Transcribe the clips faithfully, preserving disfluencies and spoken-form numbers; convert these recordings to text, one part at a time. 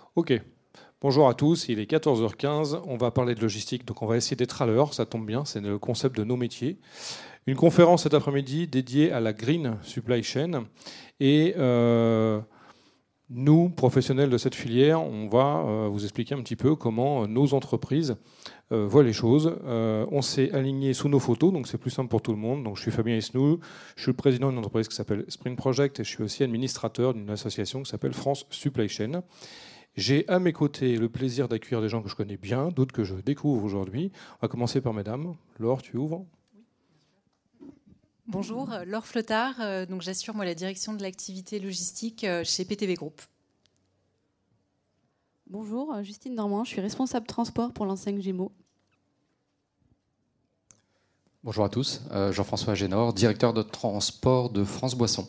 Ok, bonjour à tous, il est quatorze heures quinze, on va parler de logistique, donc on va essayer d'être à l'heure, ça tombe bien, c'est le concept de nos métiers. Une conférence cet après-midi dédiée à la Green Supply Chain, et euh, nous, professionnels de cette filière, on va euh, vous expliquer un petit peu comment nos entreprises euh, voient les choses. Euh, on s'est aligné sous nos photos, donc c'est plus simple pour tout le monde. Donc je suis Fabien Esnou, je suis le président d'une entreprise qui s'appelle Spring Project, et je suis aussi administrateur d'une association qui s'appelle France Supply Chain. J'ai à mes côtés le plaisir d'accueillir des gens que je connais bien, d'autres que je découvre aujourd'hui. On va commencer par mesdames. Laure, tu ouvres ? Bonjour, Laure Flottard. Euh, donc j'assure moi la direction de l'activité logistique euh, chez P T V Group. Bonjour, Justine Normand, je suis responsable transport pour l'enseigne Gémeaux. Bonjour à tous, euh, Jean-François Génor, directeur de transport de France Boisson.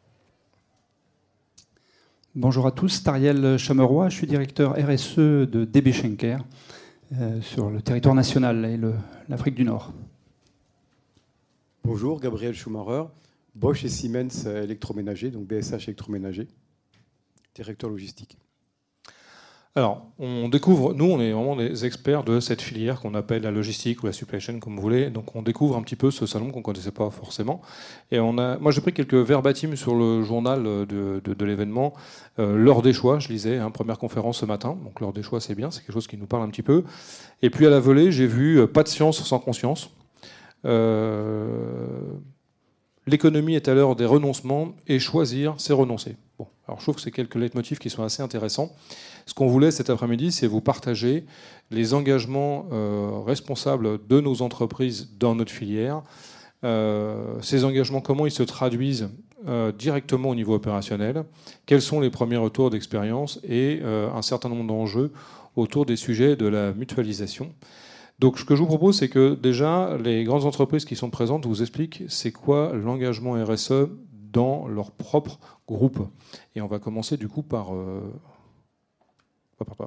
Bonjour à tous, Tariel Chameroy, je suis directeur R S E de D B Schenker euh, sur le territoire national et le, l'Afrique du Nord. Bonjour, Gabriel Schumacher, Bosch et Siemens électroménager, donc B S H électroménager, directeur logistique. Alors, on découvre, nous, on est vraiment des experts de cette filière qu'on appelle la logistique ou la supply chain, comme vous voulez. Donc, on découvre un petit peu ce salon qu'on ne connaissait pas forcément. Et on a, moi, j'ai pris quelques verbatims sur le journal de, de, de l'événement. Euh, l'heure des choix, je lisais, hein, première conférence ce matin. Donc, l'heure des choix, c'est bien, c'est quelque chose qui nous parle un petit peu. Et puis, à la volée, j'ai vu euh, pas de science sans conscience. Euh, L'économie est à l'heure des renoncements et choisir, c'est renoncer. Bon, alors je trouve que c'est quelques leitmotifs qui sont assez intéressants. Ce qu'on voulait cet après-midi, c'est vous partager les engagements euh, responsables de nos entreprises dans notre filière. Euh, ces engagements, comment ils se traduisent euh, directement au niveau opérationnel, quels sont les premiers retours d'expérience et euh, un certain nombre d'enjeux autour des sujets de la mutualisation. Donc ce que je vous propose, c'est que déjà, les grandes entreprises qui sont présentes vous expliquent c'est quoi l'engagement R S E dans leur propre groupe. Et on va commencer du coup par... Euh... Pas par toi.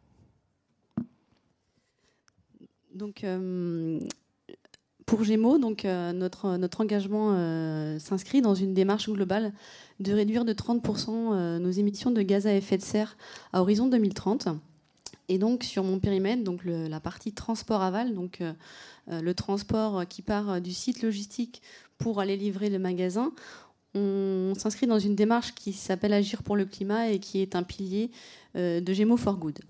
Donc, euh, pour Gémeaux, donc, euh, notre, notre engagement euh, s'inscrit dans une démarche globale de réduire de trente pour cent euh, nos émissions de gaz à effet de serre à horizon deux mille trente. Et donc sur mon périmètre, donc le, la partie transport aval, donc euh, le transport qui part du site logistique pour aller livrer le magasin, on, on s'inscrit dans une démarche qui s'appelle Agir pour le climat et qui est un pilier euh, de Gémeaux for Good.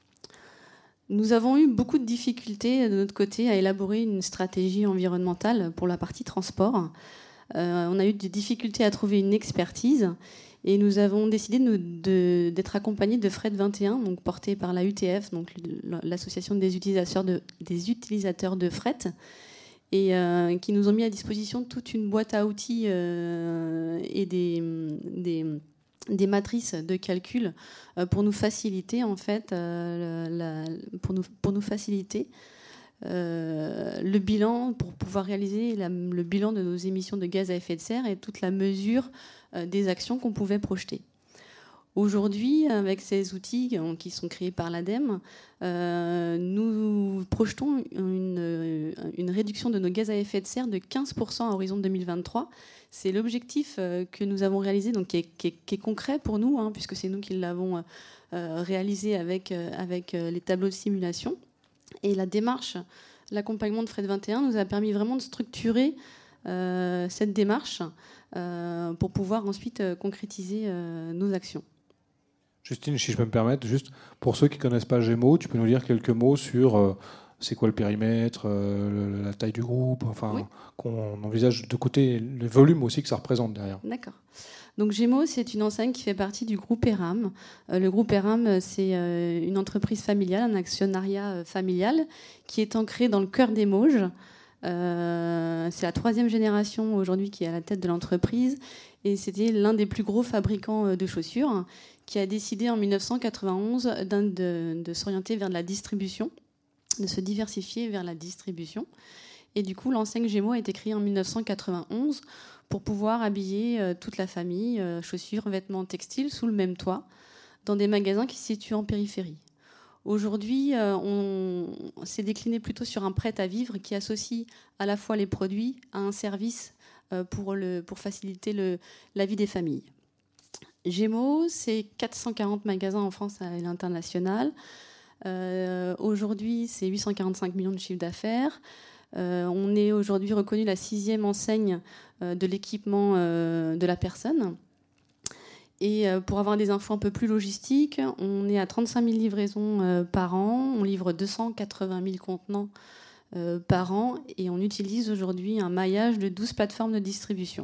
Nous avons eu beaucoup de difficultés de notre côté à élaborer une stratégie environnementale pour la partie transport. Euh, on a eu des difficultés à trouver une expertise. Et nous avons décidé de, de, d'être accompagnés de Fret vingt et un, donc porté par la U T F, donc l'association des utilisateurs de, des utilisateurs de fret, et euh, qui nous ont mis à disposition toute une boîte à outils euh, et des, des, des matrices de calcul euh, pour nous faciliter en fait, euh, la, pour nous, pour nous faciliter euh, le bilan, pour pouvoir réaliser la, le bilan de nos émissions de gaz à effet de serre et toute la mesure des actions qu'on pouvait projeter. Aujourd'hui, avec ces outils qui sont créés par l'ADEME, euh, nous projetons une, une réduction de nos gaz à effet de serre de quinze pour cent à horizon deux mille vingt-trois. C'est l'objectif que nous avons réalisé, donc qui est, qui est, qui est concret pour nous, hein, puisque c'est nous qui l'avons euh, réalisé avec, avec les tableaux de simulation. Et la démarche, l'accompagnement de Fret vingt et un nous a permis vraiment de structurer euh, cette démarche Euh, pour pouvoir ensuite euh, concrétiser euh, nos actions. Justine, si je peux me permettre, juste pour ceux qui ne connaissent pas Gémeaux, tu peux nous dire quelques mots sur euh, c'est quoi le périmètre, euh, le, la taille du groupe, enfin, oui. Qu'on envisage de côté le volume aussi que ça représente derrière. D'accord. Donc Gémeaux, c'est une enseigne qui fait partie du groupe ERAM. Euh, le groupe ERAM, c'est euh, une entreprise familiale, un actionnariat euh, familial qui est ancré dans le cœur des Mauges. Euh, c'est la troisième génération aujourd'hui qui est à la tête de l'entreprise et c'était l'un des plus gros fabricants de chaussures qui a décidé en mille neuf cent quatre-vingt-onze de, de, de s'orienter vers la distribution, de se diversifier vers la distribution. Et du coup, l'enseigne Gémeaux a été créée en mille neuf cent quatre-vingt-onze pour pouvoir habiller euh, toute la famille, euh, chaussures, vêtements, textiles, sous le même toit, dans des magasins qui se situent en périphérie. Aujourd'hui, euh, on s'est décliné plutôt sur un prêt-à-vivre qui associe à la fois les produits à un service euh, pour, le, pour faciliter le, la vie des familles. Gémeaux, c'est quatre cent quarante magasins en France et à l'international. Euh, aujourd'hui, c'est huit cent quarante-cinq millions de chiffre d'affaires. Euh, on est aujourd'hui reconnu la sixième enseigne euh, de l'équipement euh, de la personne. Et euh, pour avoir des infos un peu plus logistiques, on est à trente-cinq mille livraisons euh, par an. On livre deux cent quatre-vingt mille contenants euh, par an. Et on utilise aujourd'hui un maillage de douze plateformes de distribution.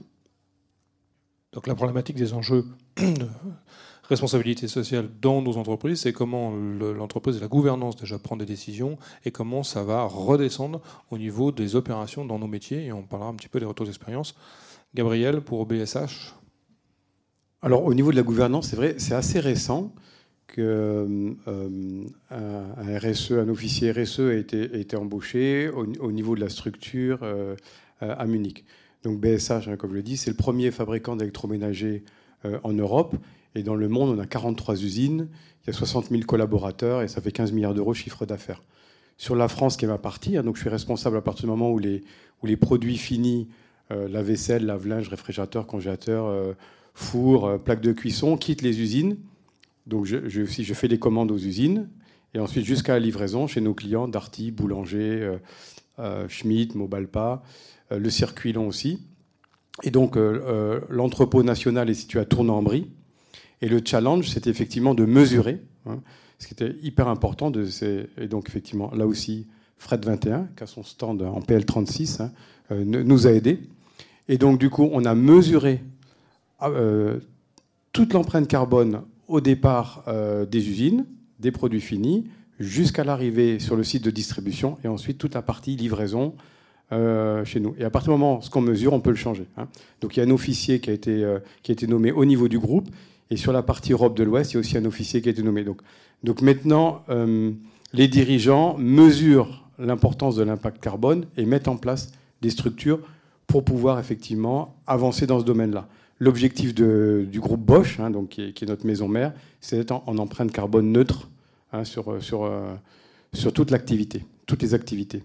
Donc la problématique des enjeux de responsabilité sociale dans nos entreprises, c'est comment le, l'entreprise et la gouvernance déjà prend des décisions et comment ça va redescendre au niveau des opérations dans nos métiers. Et on parlera un petit peu des retours d'expérience. Gabriel, pour B S H. Alors au niveau de la gouvernance, c'est vrai, c'est assez récent que euh, un, un R S E, un officier R S E a été, a été embauché au, au niveau de la structure euh, à Munich. Donc B S H, hein, comme je le dis, c'est le premier fabricant d'électroménager euh, en Europe. Et dans le monde, on a quarante-trois usines, il y a soixante mille collaborateurs et ça fait quinze milliards d'euros de chiffre d'affaires. Sur la France, qui est ma partie, hein, donc je suis responsable à partir du moment où les, où les produits finis, euh, la vaisselle, lave-linge, réfrigérateur, congélateur, euh, four, euh, plaque de cuisson, quittent les usines. Donc je, je, si je fais les commandes aux usines et ensuite jusqu'à la livraison chez nos clients, Darty, Boulanger, euh, euh, Schmitt, Mobalpa, euh, le circuit long aussi. Et donc euh, euh, l'entrepôt national est situé à Tournan-en-Brie. Et le challenge, c'était effectivement de mesurer, hein, ce qui était hyper important. De ces, et donc, effectivement, là aussi, Fred vingt et un, qui a son stand en P L trente-six, hein, euh, nous a aidés. Et donc, du coup, on a mesuré euh, toute l'empreinte carbone au départ euh, des usines, des produits finis, jusqu'à l'arrivée sur le site de distribution, et ensuite toute la partie livraison euh, chez nous. Et à partir du moment où ce qu'on mesure, on peut le changer. Hein. Donc, il y a un officier qui a été, euh, qui a été nommé au niveau du groupe. Et sur la partie Europe de l'Ouest, il y a aussi un officier qui a été nommé. Donc, donc maintenant, euh, les dirigeants mesurent l'importance de l'impact carbone et mettent en place des structures pour pouvoir effectivement avancer dans ce domaine-là. L'objectif de, du groupe Bosch, hein, donc, qui, est, qui est notre maison mère, c'est d'être en, en empreinte carbone neutre hein, sur, sur, euh, sur toute l'activité, toutes les activités.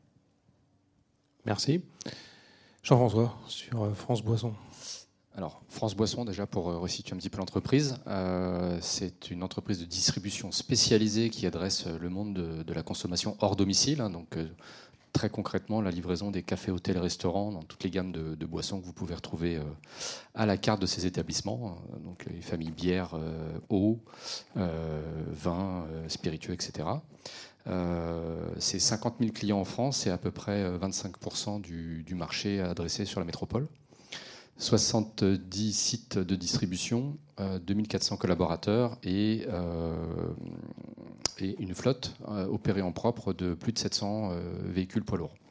Merci. Jean-François, sur France Boisson. Alors, France Boisson, déjà pour resituer un petit peu l'entreprise, euh, c'est une entreprise de distribution spécialisée qui adresse le monde de, de la consommation hors domicile. Hein, donc, euh, très concrètement, la livraison des cafés, hôtels, restaurants, dans toutes les gammes de, de boissons que vous pouvez retrouver euh, à la carte de ces établissements. Hein, donc, les familles bière, euh, eau, euh, vin, euh, spiritueux, et cetera. Euh, c'est cinquante mille clients en France et à peu près vingt-cinq pour cent du, du marché adressé sur la métropole. soixante-dix sites de distribution, euh, deux mille quatre cents collaborateurs et, euh, et une flotte euh, opérée en propre de plus de sept cents euh, véhicules poids lourds.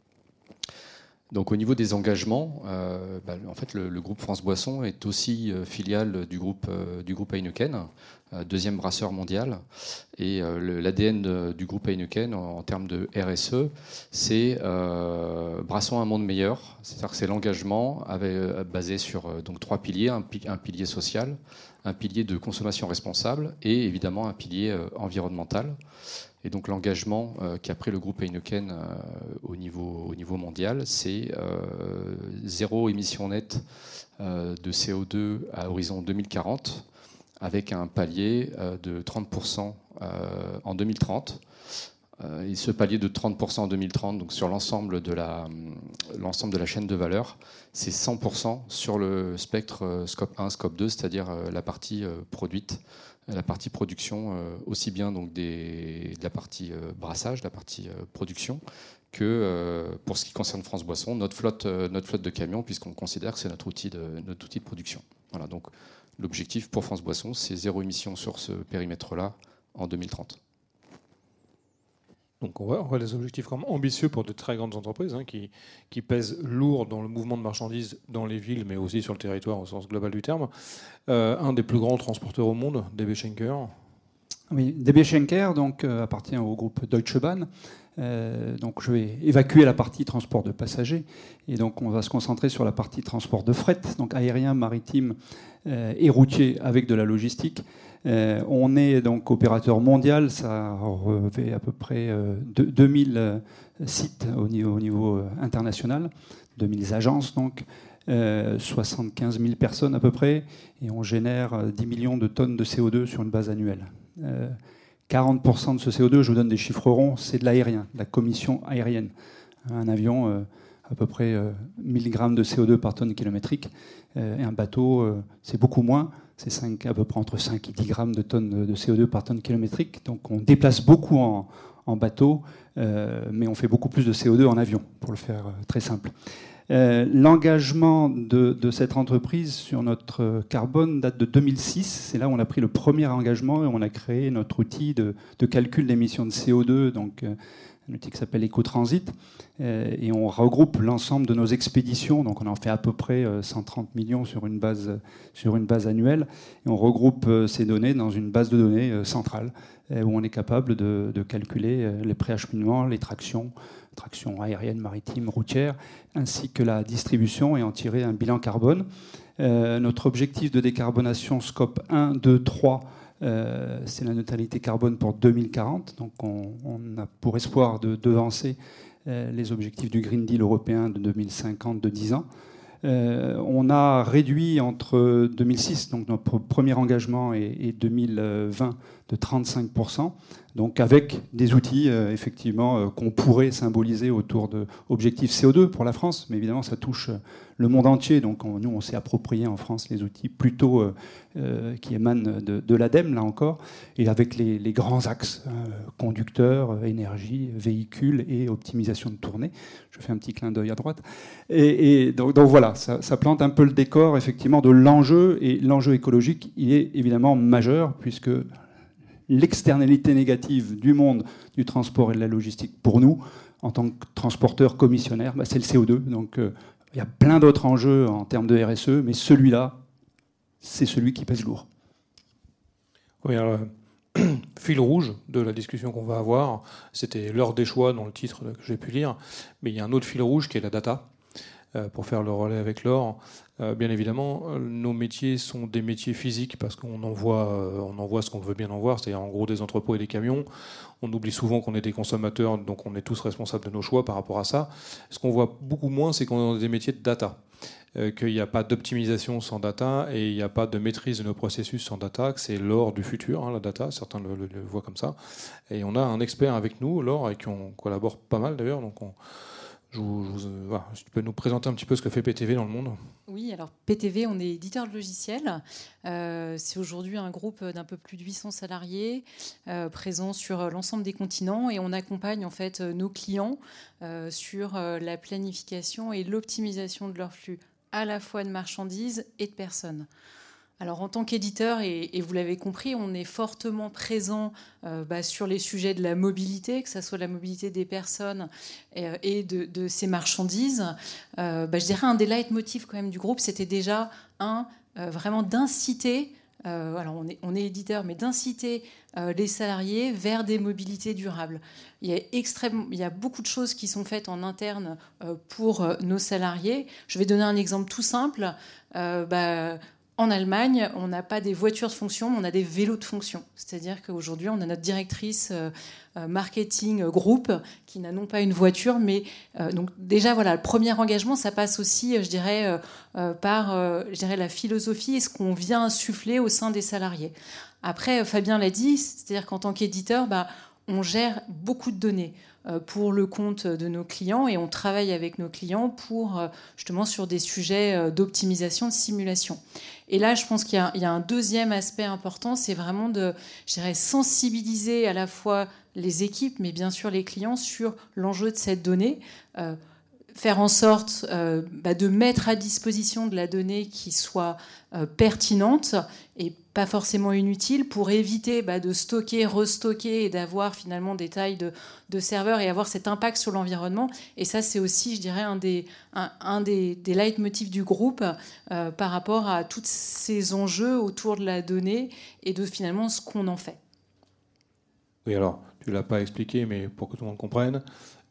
Donc au niveau des engagements, euh, bah, en fait, le, le groupe France Boisson est aussi euh, filiale du groupe, euh, du groupe Heineken, euh, deuxième brasseur mondial. Et euh, le, l'A D N de, du groupe Heineken en, en termes de R S E, c'est euh, brassons un monde meilleur. C'est-à-dire que c'est l'engagement avec, euh, basé sur euh, donc, trois piliers, un, un pilier social, un pilier de consommation responsable et évidemment un pilier euh, environnemental. Et donc l'engagement euh, qu'a pris le groupe Heineken euh, au, niveau, au niveau mondial, c'est euh, zéro émission nette euh, de C O deux à horizon deux mille quarante, avec un palier euh, de trente pour cent euh, en deux mille trente. Euh, et ce palier de trente pour cent en deux mille trente, donc sur l'ensemble de la, l'ensemble de la chaîne de valeur, c'est cent pour cent sur le spectre euh, scope un, scope deux, c'est-à-dire euh, la partie euh, produite, la partie production, euh, aussi bien donc des, de la partie euh, brassage, la partie euh, production, que euh, pour ce qui concerne France Boisson, notre flotte, euh, notre flotte de camions, puisqu'on considère que c'est notre outil de, notre outil de production. Voilà, donc l'objectif pour France Boisson, c'est zéro émission sur ce périmètre-là en deux mille trente. Donc on voit, on voit des objectifs quand même ambitieux pour de très grandes entreprises hein, qui, qui pèsent lourd dans le mouvement de marchandises dans les villes, mais aussi sur le territoire au sens global du terme. Euh, un des plus grands transporteurs au monde, D B Schenker. Oui, D B Schenker donc, euh, appartient au groupe Deutsche Bahn. Euh, donc je vais évacuer la partie transport de passagers et donc on va se concentrer sur la partie transport de fret, donc aérien, maritime euh, et routier avec de la logistique. Euh, on est donc opérateur mondial, ça revêt à peu près euh, deux mille sites au niveau, au niveau international, deux mille agences donc. euh, soixante-quinze mille personnes à peu près, et on génère dix millions de tonnes de C O deux sur une base annuelle. Euh, quarante pour cent de ce C O deux, je vous donne des chiffres ronds, c'est de l'aérien, de la commission aérienne. Un avion, euh, à peu près euh, mille grammes de C O deux par tonne kilométrique, euh, et un bateau, euh, c'est beaucoup moins, c'est cinq, à peu près entre cinq et dix grammes de tonnes de C O deux par tonne kilométrique. Donc on déplace beaucoup en, en bateau, euh, mais on fait beaucoup plus de C O deux en avion, pour le faire euh, très simple. Euh, l'engagement de, de cette entreprise sur notre carbone date de deux mille six. C'est là où on a pris le premier engagement et on a créé notre outil de, de calcul d'émissions de C O deux, donc euh, un outil qui s'appelle EcoTransit. Euh, et on regroupe l'ensemble de nos expéditions. Donc on en fait à peu près euh, cent trente millions sur une base, sur une base annuelle. Et on regroupe euh, ces données dans une base de données euh, centrale euh, où on est capable de, de calculer euh, les préacheminements, les tractions, traction aérienne, maritime, routière, ainsi que la distribution et en tirer un bilan carbone. Euh, notre objectif de décarbonation scope un, deux, trois, euh, c'est la neutralité carbone pour deux mille quarante. Donc on, on a pour espoir de devancer euh, les objectifs du Green Deal européen de deux mille cinquante de dix ans. Euh, on a réduit entre deux mille six, donc notre premier engagement, et, et deux mille vingt de trente-cinq pour cent, donc avec des outils euh, effectivement euh, qu'on pourrait symboliser autour de objectifs C O deux pour la France, mais évidemment ça touche le monde entier, donc on, nous on s'est approprié en France les outils plutôt euh, euh, qui émanent de, de l'ADEME, là encore, et avec les, les grands axes, hein, conducteurs, énergie, véhicules et optimisation de tournée. Je fais un petit clin d'œil à droite. Et, et donc, donc voilà, ça, ça plante un peu le décor effectivement de l'enjeu, et l'enjeu écologique, il est évidemment majeur, puisque l'externalité négative du monde du transport et de la logistique pour nous, en tant que transporteurs commissionnaires, bah c'est le C O deux. Donc euh, il y a plein d'autres enjeux en termes de R S E, mais celui-là, c'est celui qui pèse lourd. Oui, alors, fil rouge de la discussion qu'on va avoir, c'était l'heure des choix dans le titre que j'ai pu lire, mais il y a un autre fil rouge qui est la data, euh, pour faire le relais avec Laure. Euh, bien évidemment, nos métiers sont des métiers physiques parce qu'on envoie, euh, on envoie ce qu'on veut bien en voir, c'est-à-dire en gros des entrepôts et des camions. On oublie souvent qu'on est des consommateurs, donc on est tous responsables de nos choix par rapport à ça. Ce qu'on voit beaucoup moins, c'est qu'on a des métiers de data, euh, qu'il n'y a pas d'optimisation sans data et il n'y a pas de maîtrise de nos processus sans data, que c'est l'or du futur, hein, la data, certains le, le, le voient comme ça. Et on a un expert avec nous, Laure, avec qui on collabore pas mal d'ailleurs, donc on... Je vous, je vous, voilà. Tu peux nous présenter un petit peu ce que fait P T V dans le monde ? Oui, alors P T V, on est éditeur de logiciels. Euh, c'est aujourd'hui un groupe d'un peu plus de huit cents salariés euh, présents sur l'ensemble des continents, et on accompagne en fait nos clients euh, sur euh, la planification et l'optimisation de leur flux, à la fois de marchandises et de personnes. Alors en tant qu'éditeur, et, et vous l'avez compris, on est fortement présent euh, bah, sur les sujets de la mobilité, que ce soit la mobilité des personnes et, et de, de ces marchandises. Euh, bah, je dirais un des leitmotifs quand même du groupe, c'était déjà un euh, vraiment d'inciter, euh, alors on est, on est éditeur, mais d'inciter euh, les salariés vers des mobilités durables. Il y a extrêmement, il y a beaucoup de choses qui sont faites en interne euh, pour euh, nos salariés. Je vais donner un exemple tout simple. Euh, bah, En Allemagne, on n'a pas des voitures de fonction, mais on a des vélos de fonction. C'est-à-dire qu'aujourd'hui, on a notre directrice euh, marketing euh, groupe qui n'a non pas une voiture, mais euh, donc déjà voilà, le premier engagement, ça passe aussi, je dirais, euh, euh, par, euh, je dirais, la philosophie et ce qu'on vient insuffler au sein des salariés. Après, Fabien l'a dit, c'est-à-dire qu'en tant qu'éditeur, bah, on gère beaucoup de données pour le compte de nos clients et on travaille avec nos clients pour justement sur des sujets d'optimisation, de simulation. Et là, je pense qu'il y a, il y a un deuxième aspect important, c'est vraiment de, je dirais, sensibiliser à la fois les équipes, mais bien sûr les clients sur l'enjeu de cette donnée. Euh, faire en sorte euh, bah, de mettre à disposition de la donnée qui soit euh, pertinente et pas forcément inutile pour éviter bah, de stocker, restocker et d'avoir finalement des tailles de, de serveurs et avoir cet impact sur l'environnement. Et ça, c'est aussi, je dirais, un des, un, un des, des leitmotifs du groupe euh, par rapport à tous ces enjeux autour de la donnée et de finalement ce qu'on en fait. Oui, alors, tu ne l'as pas expliqué, mais pour que tout le monde comprenne,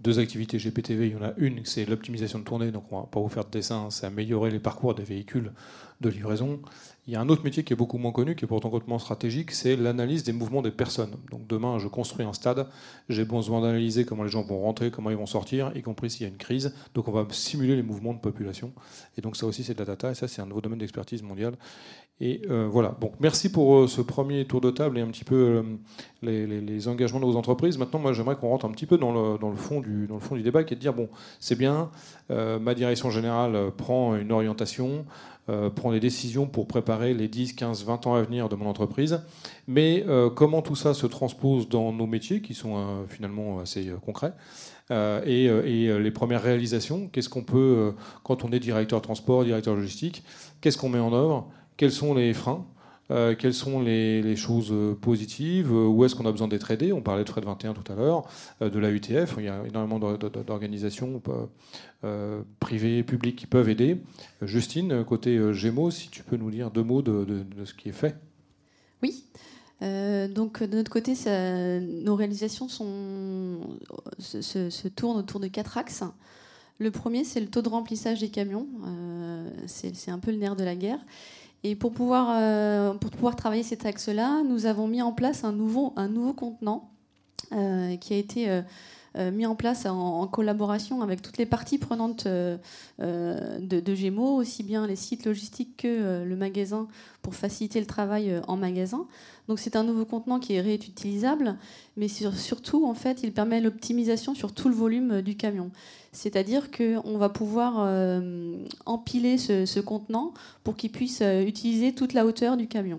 deux activités G P T V. Il y en a une, c'est l'optimisation de tournée, donc on ne va pas vous faire de dessin, c'est améliorer les parcours des véhicules de livraison. Il y a un autre métier qui est beaucoup moins connu, qui est pourtant complètement stratégique, c'est l'analyse des mouvements des personnes. Donc demain, je construis un stade, j'ai besoin d'analyser comment les gens vont rentrer, comment ils vont sortir, y compris s'il y a une crise. Donc on va simuler les mouvements de population. Et donc ça aussi, c'est de la data, et ça, c'est un nouveau domaine d'expertise mondiale. Et euh, voilà. Donc merci pour euh, ce premier tour de table et un petit peu euh, les, les, les engagements de vos entreprises. Maintenant, moi, j'aimerais qu'on rentre un petit peu dans le, dans le, fond, du, dans le fond du débat, qui est de dire, bon, c'est bien, euh, ma direction générale prend une orientation, Euh, prend des décisions pour préparer les dix, quinze, vingt ans à venir de mon entreprise. Mais euh, comment tout ça se transpose dans nos métiers, qui sont euh, finalement assez euh, concrets, euh, et, euh, et les premières réalisations, qu'est-ce qu'on peut, euh, quand on est directeur transport, directeur logistique, qu'est-ce qu'on met en œuvre, quels sont les freins, euh, quelles sont les, les choses positives, euh, où est-ce qu'on a besoin d'être aidé. On parlait de Fred vingt et un tout à l'heure, euh, de la U T F, il y a énormément d'organisations euh, Euh, privés, publics qui peuvent aider. Justine, côté euh, Gémeaux, si tu peux nous dire deux mots de, de, de ce qui est fait. Oui. Euh, donc de notre côté, ça, nos réalisations sont, se, se, se tournent autour de quatre axes. Le premier, c'est le taux de remplissage des camions. Euh, c'est, c'est un peu le nerf de la guerre. Et pour pouvoir, euh, pour pouvoir travailler cet axe-là, nous avons mis en place un nouveau, un nouveau contenant euh, qui a été... Euh, Euh, mis en place en, en collaboration avec toutes les parties prenantes euh, euh, de, de Gémeaux, aussi bien les sites logistiques que euh, le magasin, pour faciliter le travail euh, en magasin. Donc c'est un nouveau contenant qui est réutilisable, mais sur, surtout en fait il permet l'optimisation sur tout le volume euh, du camion. C'est-à-dire qu'on va pouvoir euh, empiler ce, ce contenant pour qu'il puisse euh, utiliser toute la hauteur du camion.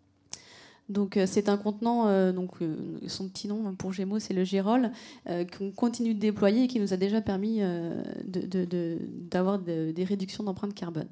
Donc euh, c'est un contenant, euh, donc euh, son petit nom pour Gémeaux c'est le Gérol, euh, qu'on continue de déployer et qui nous a déjà permis euh, de, de, de, d'avoir de, des réductions d'empreinte carbone.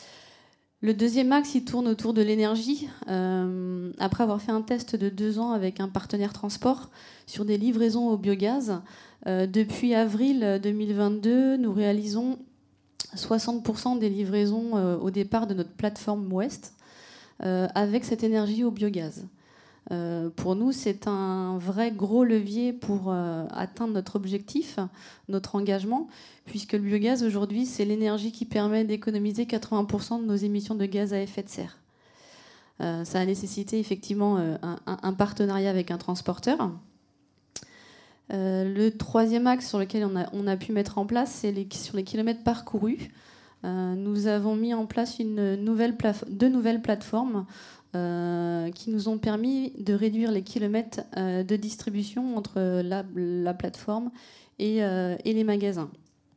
Le deuxième axe, il tourne autour de l'énergie. Euh, après avoir fait un test de deux ans avec un partenaire transport sur des livraisons au biogaz, euh, depuis avril deux mille vingt-deux, nous réalisons soixante pour cent des livraisons euh, au départ de notre plateforme Ouest. Euh, avec cette énergie au biogaz. Euh, pour nous, c'est un vrai gros levier pour euh, atteindre notre objectif, notre engagement, puisque le biogaz, aujourd'hui, c'est l'énergie qui permet d'économiser quatre-vingts pour cent de nos émissions de gaz à effet de serre. Euh, ça a nécessité effectivement euh, un, un partenariat avec un transporteur. Euh, le troisième axe sur lequel on a, on a pu mettre en place, c'est les, sur les kilomètres parcourus. Euh, nous avons mis en place une nouvelle plate- deux nouvelles plateformes euh, qui nous ont permis de réduire les kilomètres euh, de distribution entre la, la plateforme et, euh, et les magasins.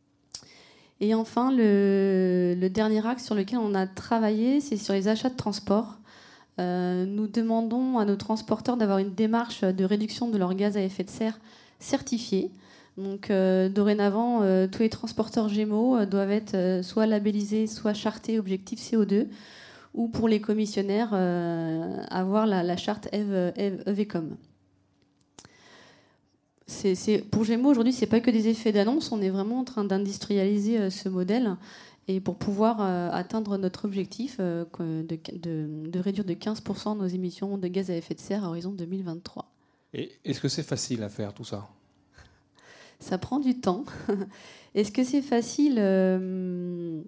Et enfin, le, le dernier axe sur lequel on a travaillé, c'est sur les achats de transport. Euh, nous demandons à nos transporteurs d'avoir une démarche de réduction de leur gaz à effet de serre certifiée. Donc euh, dorénavant, euh, tous les transporteurs Gémeaux euh, doivent être euh, soit labellisés, soit chartés objectif C O deux, ou pour les commissionnaires, euh, avoir la, la charte E V C O M. C'est, c'est, pour Gémeaux, aujourd'hui, ce n'est pas que des effets d'annonce, on est vraiment en train d'industrialiser euh, ce modèle, et pour pouvoir euh, atteindre notre objectif euh, de, de, de réduire de quinze pour cent nos émissions de gaz à effet de serre à horizon deux mille vingt-trois. Et est-ce que c'est facile à faire tout ça ? Ça prend du temps. Est-ce que c'est facile ? euh,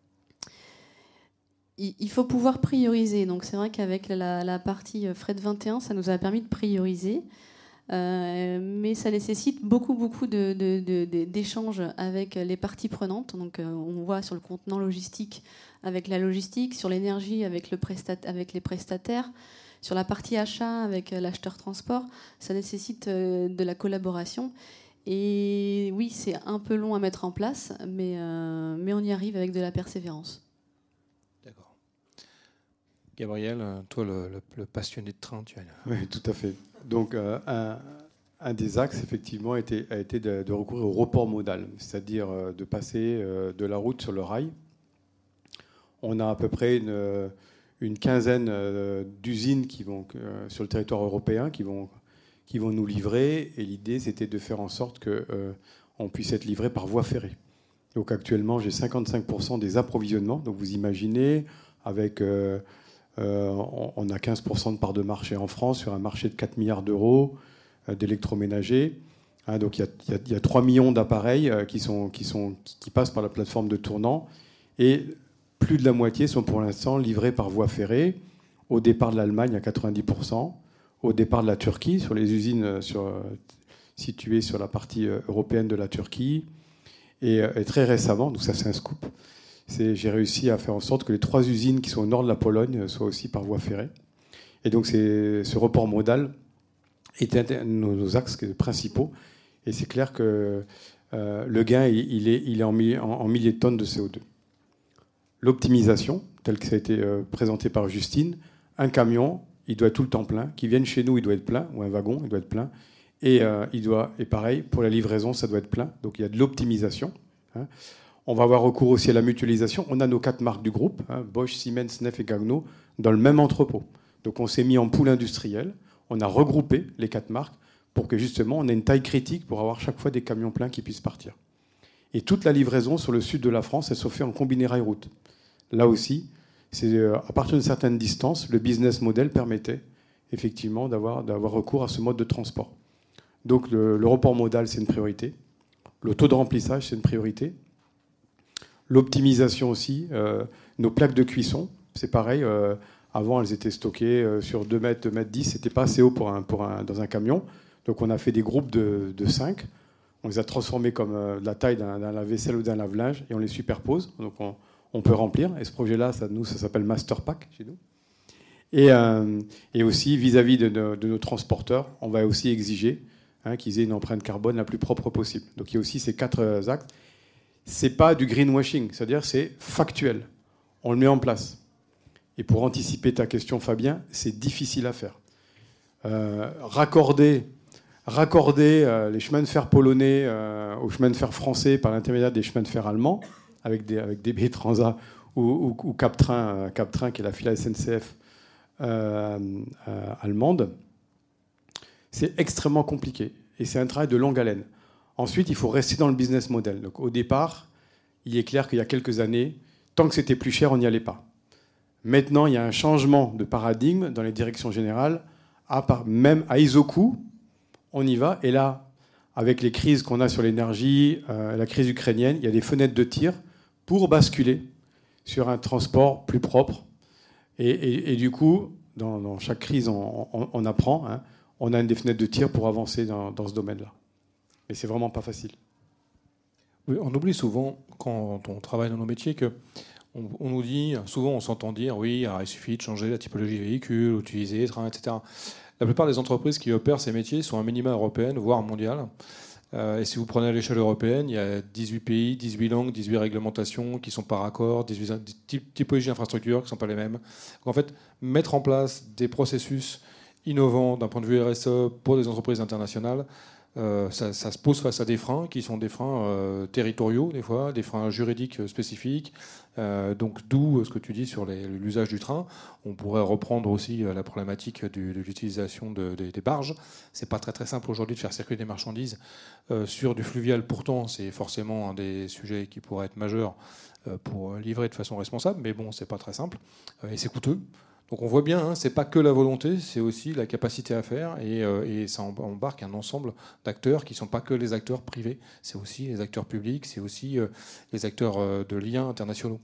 Il faut pouvoir prioriser. Donc c'est vrai qu'avec la, la partie Fred vingt et un, ça nous a permis de prioriser. Euh, mais ça nécessite beaucoup, beaucoup de, de, de, de, d'échanges avec les parties prenantes. Donc euh, on voit sur le contenant logistique avec la logistique, sur l'énergie avec, le prestat- avec les prestataires, sur la partie achat avec l'acheteur transport. Ça nécessite euh, de la collaboration. Et oui, c'est un peu long à mettre en place, mais, euh, mais on y arrive avec de la persévérance. D'accord. Gabriel, toi, le, le, le passionné de train, tu as... Oui, tout à fait. Donc, euh, un, un des axes, effectivement, a été, a été de, de recourir au report modal, c'est-à-dire euh, de passer euh, de la route sur le rail. On a à peu près une, une quinzaine euh, d'usines qui vont, euh, sur le territoire européen qui vont... qui vont nous livrer, et l'idée c'était de faire en sorte qu'on euh, puisse être livré par voie ferrée. Donc actuellement j'ai cinquante-cinq pour cent des approvisionnements, donc vous imaginez, avec, euh, euh, on a quinze pour cent de part de marché en France sur un marché de quatre milliards d'euros euh, d'électroménager. Hein, donc il y, y, y a trois millions d'appareils euh, qui, sont, qui, sont, qui, qui passent par la plateforme de tournant et plus de la moitié sont pour l'instant livrés par voie ferrée, au départ de l'Allemagne à quatre-vingt-dix pour cent, au départ de la Turquie, sur les usines sur, situées sur la partie européenne de la Turquie, et, et très récemment, donc ça c'est un scoop, c'est, j'ai réussi à faire en sorte que les trois usines qui sont au nord de la Pologne soient aussi par voie ferrée. Et donc c'est, ce report modal était un de nos axes principaux. Et c'est clair que euh, le gain, il est, il est en, milliers, en, en milliers de tonnes de C O deux. L'optimisation, telle que ça a été euh, présenté par Justine, un camion, il doit être tout le temps plein. Qu'il vienne chez nous, il doit être plein, ou un wagon, il doit être plein. Et, euh, il doit, et pareil, pour la livraison, ça doit être plein. Donc il y a de l'optimisation. Hein. On va avoir recours aussi à la mutualisation. On a nos quatre marques du groupe, hein, Bosch, Siemens, Neff et Gagno, dans le même entrepôt. Donc on s'est mis en pool industriel. On a regroupé les quatre marques pour que justement on ait une taille critique pour avoir chaque fois des camions pleins qui puissent partir. Et toute la livraison sur le sud de la France, elle se fait en combiné rail-route. Là aussi, c'est à partir d'une certaine distance, le business model permettait effectivement d'avoir, d'avoir recours à ce mode de transport. Donc le, le report modal, c'est une priorité. Le taux de remplissage, c'est une priorité. L'optimisation aussi. Euh, nos plaques de cuisson, c'est pareil. Euh, avant, elles étaient stockées euh, sur deux mètres, deux mètres dix. C'était pas assez haut pour un, pour un, dans un camion. Donc on a fait des groupes de, de cinq. On les a transformés comme euh, la taille d'un, d'un lave-vaisselle ou d'un lave-linge et on les superpose. Donc on, on peut remplir. Et ce projet-là, ça, nous, ça s'appelle Master Pack chez nous. Et, euh, et aussi, vis-à-vis de, de, de nos transporteurs, on va aussi exiger hein, qu'ils aient une empreinte carbone la plus propre possible. Donc il y a aussi ces quatre euh, actes. C'est pas du greenwashing, c'est-à-dire c'est factuel. On le met en place. Et pour anticiper ta question, Fabien, c'est difficile à faire. Euh, raccorder raccorder euh, les chemins de fer polonais euh, aux chemins de fer français par l'intermédiaire des chemins de fer allemands, avec des, avec D B Transat ou, ou, ou Captrain, euh, Captrain, qui est la filiale S N C F euh, euh, allemande, c'est extrêmement compliqué. Et c'est un travail de longue haleine. Ensuite, il faut rester dans le business model. Donc, au départ, il est clair qu'il y a quelques années, tant que c'était plus cher, on n'y allait pas. Maintenant, il y a un changement de paradigme dans les directions générales. À part, même à Isoku, on y va. Et là, avec les crises qu'on a sur l'énergie, euh, la crise ukrainienne, il y a des fenêtres de tir pour basculer sur un transport plus propre. Et, et, et du coup, dans, dans chaque crise, on, on, on apprend. Hein, on a des fenêtres de tir pour avancer dans, dans ce domaine-là. Mais c'est vraiment pas facile. Oui, on oublie souvent, quand on travaille dans nos métiers, que on, on nous dit, souvent on s'entend dire, oui, alors il suffit de changer la typologie des véhicules, utiliser les trains, et cetera. La plupart des entreprises qui opèrent ces métiers sont à minima européenne, voire mondiale. Euh, et si vous prenez à l'échelle européenne, il y a dix-huit pays, dix-huit langues, dix-huit réglementations qui sont par accord, dix-huit typologies d'infrastructures qui ne sont pas les mêmes. Donc en fait, mettre en place des processus innovants d'un point de vue R S E pour des entreprises internationales, Euh, ça, ça se pose face à des freins qui sont des freins euh, territoriaux, des fois, des freins juridiques spécifiques. Euh, donc, d'où ce que tu dis sur les, l'usage du train. On pourrait reprendre aussi la problématique du, de l'utilisation de, de, des barges. C'est pas très très simple aujourd'hui de faire circuler des marchandises euh, sur du fluvial. Pourtant, c'est forcément un des sujets qui pourrait être majeur euh, pour livrer de façon responsable. Mais bon, c'est pas très simple euh, et c'est coûteux. Donc on voit bien, hein, c'est pas que la volonté, c'est aussi la capacité à faire, et, euh, et ça embarque un ensemble d'acteurs qui ne sont pas que les acteurs privés, c'est aussi les acteurs publics, c'est aussi euh, les acteurs euh, de liens internationaux.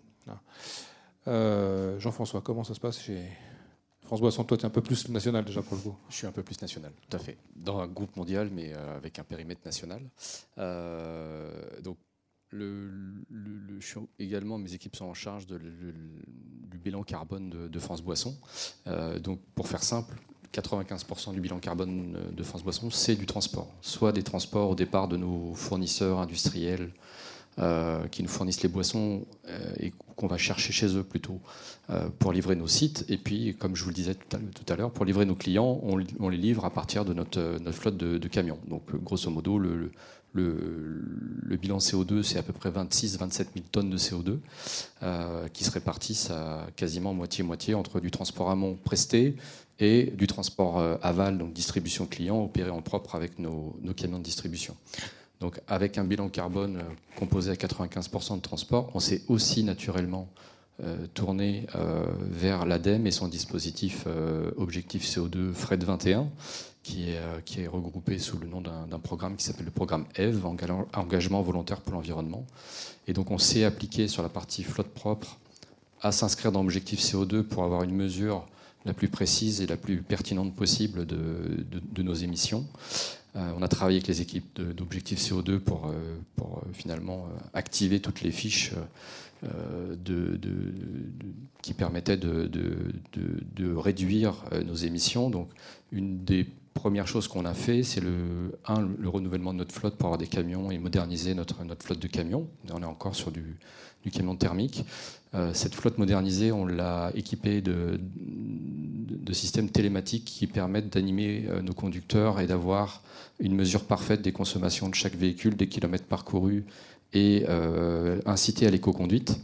Euh, Jean-François, comment ça se passe chez France Boisson? Toi, tu es un peu plus national déjà pour le coup. Je suis un peu plus national, tout à fait. Dans un groupe mondial, mais euh, avec un périmètre national. Euh, donc, Le, le, le, je suis également, mes équipes sont en charge de, le, du bilan carbone de, de France Boisson. Euh, donc, pour faire simple, quatre-vingt-quinze pour cent du bilan carbone de France Boisson, c'est du transport. Soit des transports au départ de nos fournisseurs industriels euh, qui nous fournissent les boissons euh, et qu'on va chercher chez eux plutôt euh, pour livrer nos sites. Et puis, comme je vous le disais tout à, tout à l'heure, pour livrer nos clients, on, on les livre à partir de notre, notre flotte de, de camions. Donc, grosso modo, le, le Le, le bilan C O deux, c'est à peu près vingt-six à vingt-sept mille tonnes de C O deux euh, qui se répartissent à quasiment moitié-moitié entre du transport amont presté et du transport euh, aval, donc distribution client, opéré en propre avec nos, nos camions de distribution. Donc avec un bilan carbone euh, composé à quatre-vingt-quinze pour cent de transport, on s'est aussi naturellement euh, tourné euh, vers l'ADEME et son dispositif euh, Objectif C O deux Fred vingt et un, qui est, euh, qui est regroupé sous le nom d'un, d'un programme qui s'appelle le programme E V, Engagement volontaire pour l'environnement. Et donc on s'est appliqué sur la partie flotte propre à s'inscrire dans Objectif C O deux pour avoir une mesure la plus précise et la plus pertinente possible de, de, de nos émissions. Euh, on a travaillé avec les équipes de, d'Objectif C O deux pour, euh, pour euh, finalement euh, activer toutes les fiches euh, de, de, de, qui permettaient de, de, de, de réduire euh, nos émissions. Donc, une des premières choses qu'on a fait, c'est le, un, le renouvellement de notre flotte pour avoir des camions et moderniser notre, notre flotte de camions. On est encore sur du, du camion thermique. Euh, cette flotte modernisée, on l'a équipée de, de, de systèmes télématiques qui permettent d'animer euh, nos conducteurs et d'avoir une mesure parfaite des consommations de chaque véhicule, des kilomètres parcourus et euh, inciter à l'éco-conduite.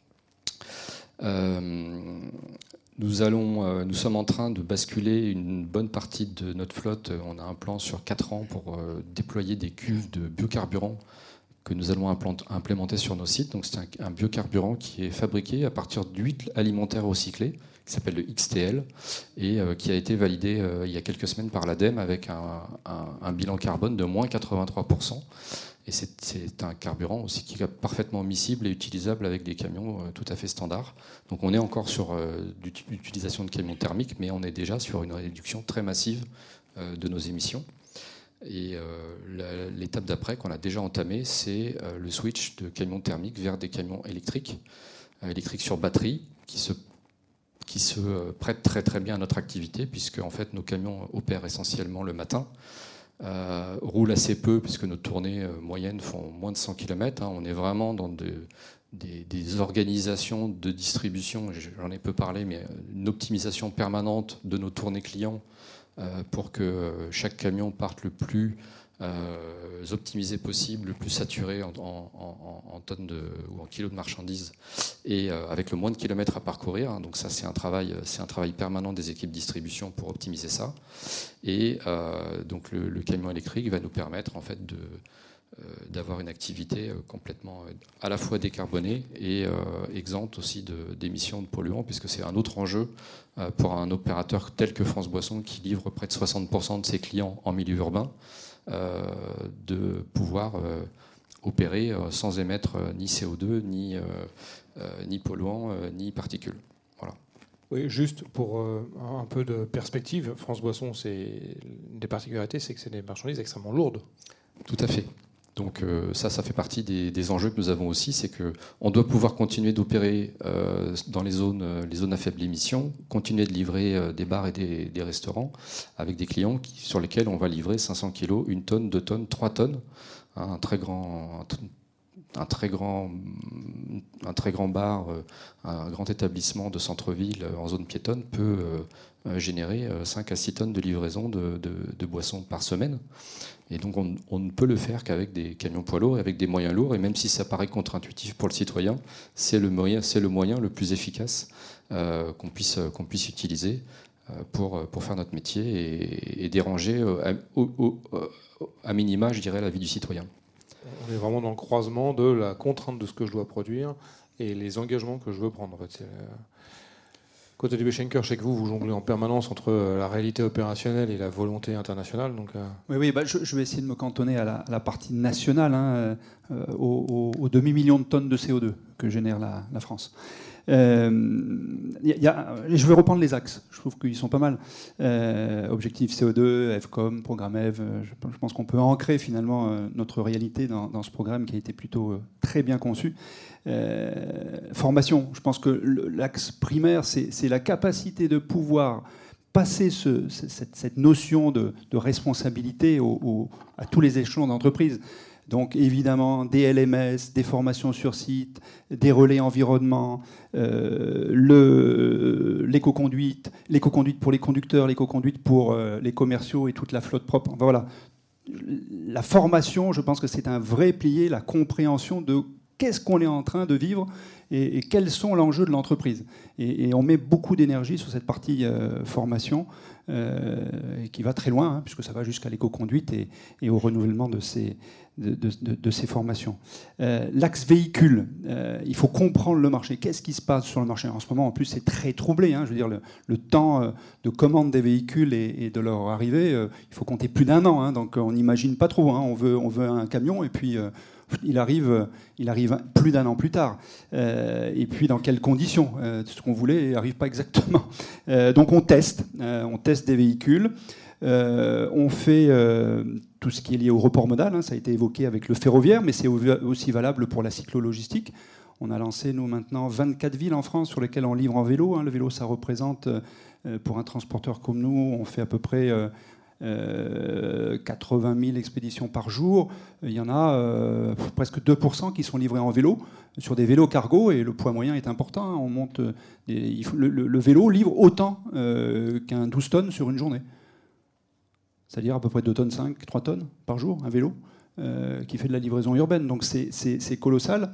Euh, nous, allons, euh, nous sommes en train de basculer une bonne partie de notre flotte. On a un plan sur quatre ans pour euh, déployer des cuves de biocarburant que nous allons implémenter sur nos sites. Donc c'est un, un biocarburant qui est fabriqué à partir d'huile alimentaire recyclée, qui s'appelle le X T L, et euh, qui a été validé euh, il y a quelques semaines par l'ADEME avec un, un, un bilan carbone de moins quatre-vingt-trois pour cent. Et c'est, c'est un carburant aussi qui est parfaitement miscible et utilisable avec des camions euh, tout à fait standards. Donc on est encore sur euh, l'utilisation de camions thermiques, mais on est déjà sur une réduction très massive euh, de nos émissions. Et euh, la, l'étape d'après qu'on a déjà entamée, c'est euh, le switch de camions thermiques vers des camions électriques, euh, électriques sur batterie, qui se, qui se euh, prêtent très très bien à notre activité, puisque en fait nos camions opèrent essentiellement le matin, euh, roulent assez peu, puisque nos tournées euh, moyennes font moins de cent kilomètres. Hein. On est vraiment dans de, des, des organisations de distribution, j'en ai peu parlé, mais une optimisation permanente de nos tournées clients, Euh, pour que chaque camion parte le plus euh, optimisé possible, le plus saturé en, en, en, en tonnes de, ou en kilos de marchandises, et euh, avec le moins de kilomètres à parcourir. Donc ça, c'est un travail, c'est un travail permanent des équipes distribution pour optimiser ça. Et euh, donc le, le camion électrique va nous permettre en fait de euh, d'avoir une activité complètement à la fois décarbonée et euh, exempte aussi de, d'émissions de polluants, puisque c'est un autre enjeu euh, pour un opérateur tel que France Boisson, qui livre près de soixante pour cent de ses clients en milieu urbain, euh, de pouvoir euh, opérer euh, sans émettre euh, ni C O deux, ni, euh, euh, ni polluants, euh, ni particules. Voilà. Oui, juste pour euh, un peu de perspective, France Boisson, c'est une des particularités, c'est que c'est des marchandises extrêmement lourdes. Tout à fait. Donc euh, ça, ça fait partie des, des enjeux que nous avons aussi, c'est qu'on doit pouvoir continuer d'opérer euh, dans les zones, euh, les zones à faible émission, continuer de livrer euh, des bars et des, des restaurants avec des clients qui, sur lesquels on va livrer cinq cents kilos, une tonne, deux tonnes, trois tonnes, hein, un très grand, un, un très grand, un très grand bar, euh, un grand établissement de centre-ville euh, en zone piétonne peut euh, générer euh, cinq à six tonnes de livraison de, de, de boissons par semaine. Et donc on, on ne peut le faire qu'avec des camions poids lourds et avec des moyens lourds. Et même si ça paraît contre-intuitif pour le citoyen, c'est le moyen, c'est le, moyen le plus efficace euh, qu'on puisse, qu'on puisse utiliser euh, pour, pour faire notre métier et, et déranger euh, à, au, au, à minima, je dirais, la vie du citoyen. On est vraiment dans le croisement de la contrainte de ce que je dois produire et les engagements que je veux prendre. En fait, c'est, euh... Côté du Schenker, je sais que vous, vous jonglez en permanence entre la réalité opérationnelle et la volonté internationale. Donc, euh... Oui, oui bah, je, je vais essayer de me cantonner à la, à la partie nationale, hein, euh, au, au, au demi-million de tonnes de C O deux que génère la, la France. Euh, y a, je vais reprendre les axes, je trouve qu'ils sont pas mal. Euh, objectif C O deux, E V COM, programme E V, je, je pense qu'on peut ancrer finalement euh, notre réalité dans, dans ce programme qui a été plutôt euh, très bien conçu. Euh, formation, je pense que le, l'axe primaire, c'est, c'est la capacité de pouvoir passer ce, cette, cette notion de, de responsabilité au, au, à tous les échelons d'entreprise. Donc évidemment des L M S, des formations sur site, des relais environnement, euh, le, l'éco-conduite, l'éco-conduite pour les conducteurs, l'éco-conduite pour euh, les commerciaux et toute la flotte propre. Enfin, voilà. La formation, je pense que c'est un vrai pilier, la compréhension de qu'est-ce qu'on est en train de vivre et, et quels sont l'enjeu de l'entreprise. Et, et on met beaucoup d'énergie sur cette partie euh, formation euh, et qui va très loin, hein, puisque ça va jusqu'à l'éco-conduite et, et au renouvellement de ces, de, de, de, de ces formations. Euh, l'axe véhicule, euh, il faut comprendre le marché. Qu'est-ce qui se passe sur le marché ? En ce moment, en plus, c'est très troublé. Hein, je veux dire, le, le temps de commande des véhicules et, et de leur arrivée, euh, il faut compter plus d'un an. Hein, donc, on n'imagine pas trop. Hein, on veut, on veut un camion et puis... Euh, Il arrive, il arrive plus d'un an plus tard. Euh, et puis dans quelles conditions euh, ce qu'on voulait n'arrive pas exactement. Euh, donc on teste, euh, on teste des véhicules. Euh, on fait euh, tout ce qui est lié au report modal. Hein, ça a été évoqué avec le ferroviaire, mais c'est aussi valable pour la cyclo-logistique. On a lancé, nous, maintenant, vingt-quatre villes en France sur lesquelles on livre en vélo. Hein. Le vélo, ça représente, euh, pour un transporteur comme nous, on fait à peu près... Euh, Euh, quatre-vingt mille expéditions par jour. Il y en a euh, presque deux pour cent qui sont livrés en vélo, sur des vélos cargo, et le poids moyen est important. On monte des, il faut, le, le vélo livre autant euh, qu'un douze tonnes sur une journée. C'est-à-dire à peu près deux tonnes cinq, trois tonnes par jour, un vélo. Euh, qui fait de la livraison urbaine, donc c'est, c'est, c'est colossal.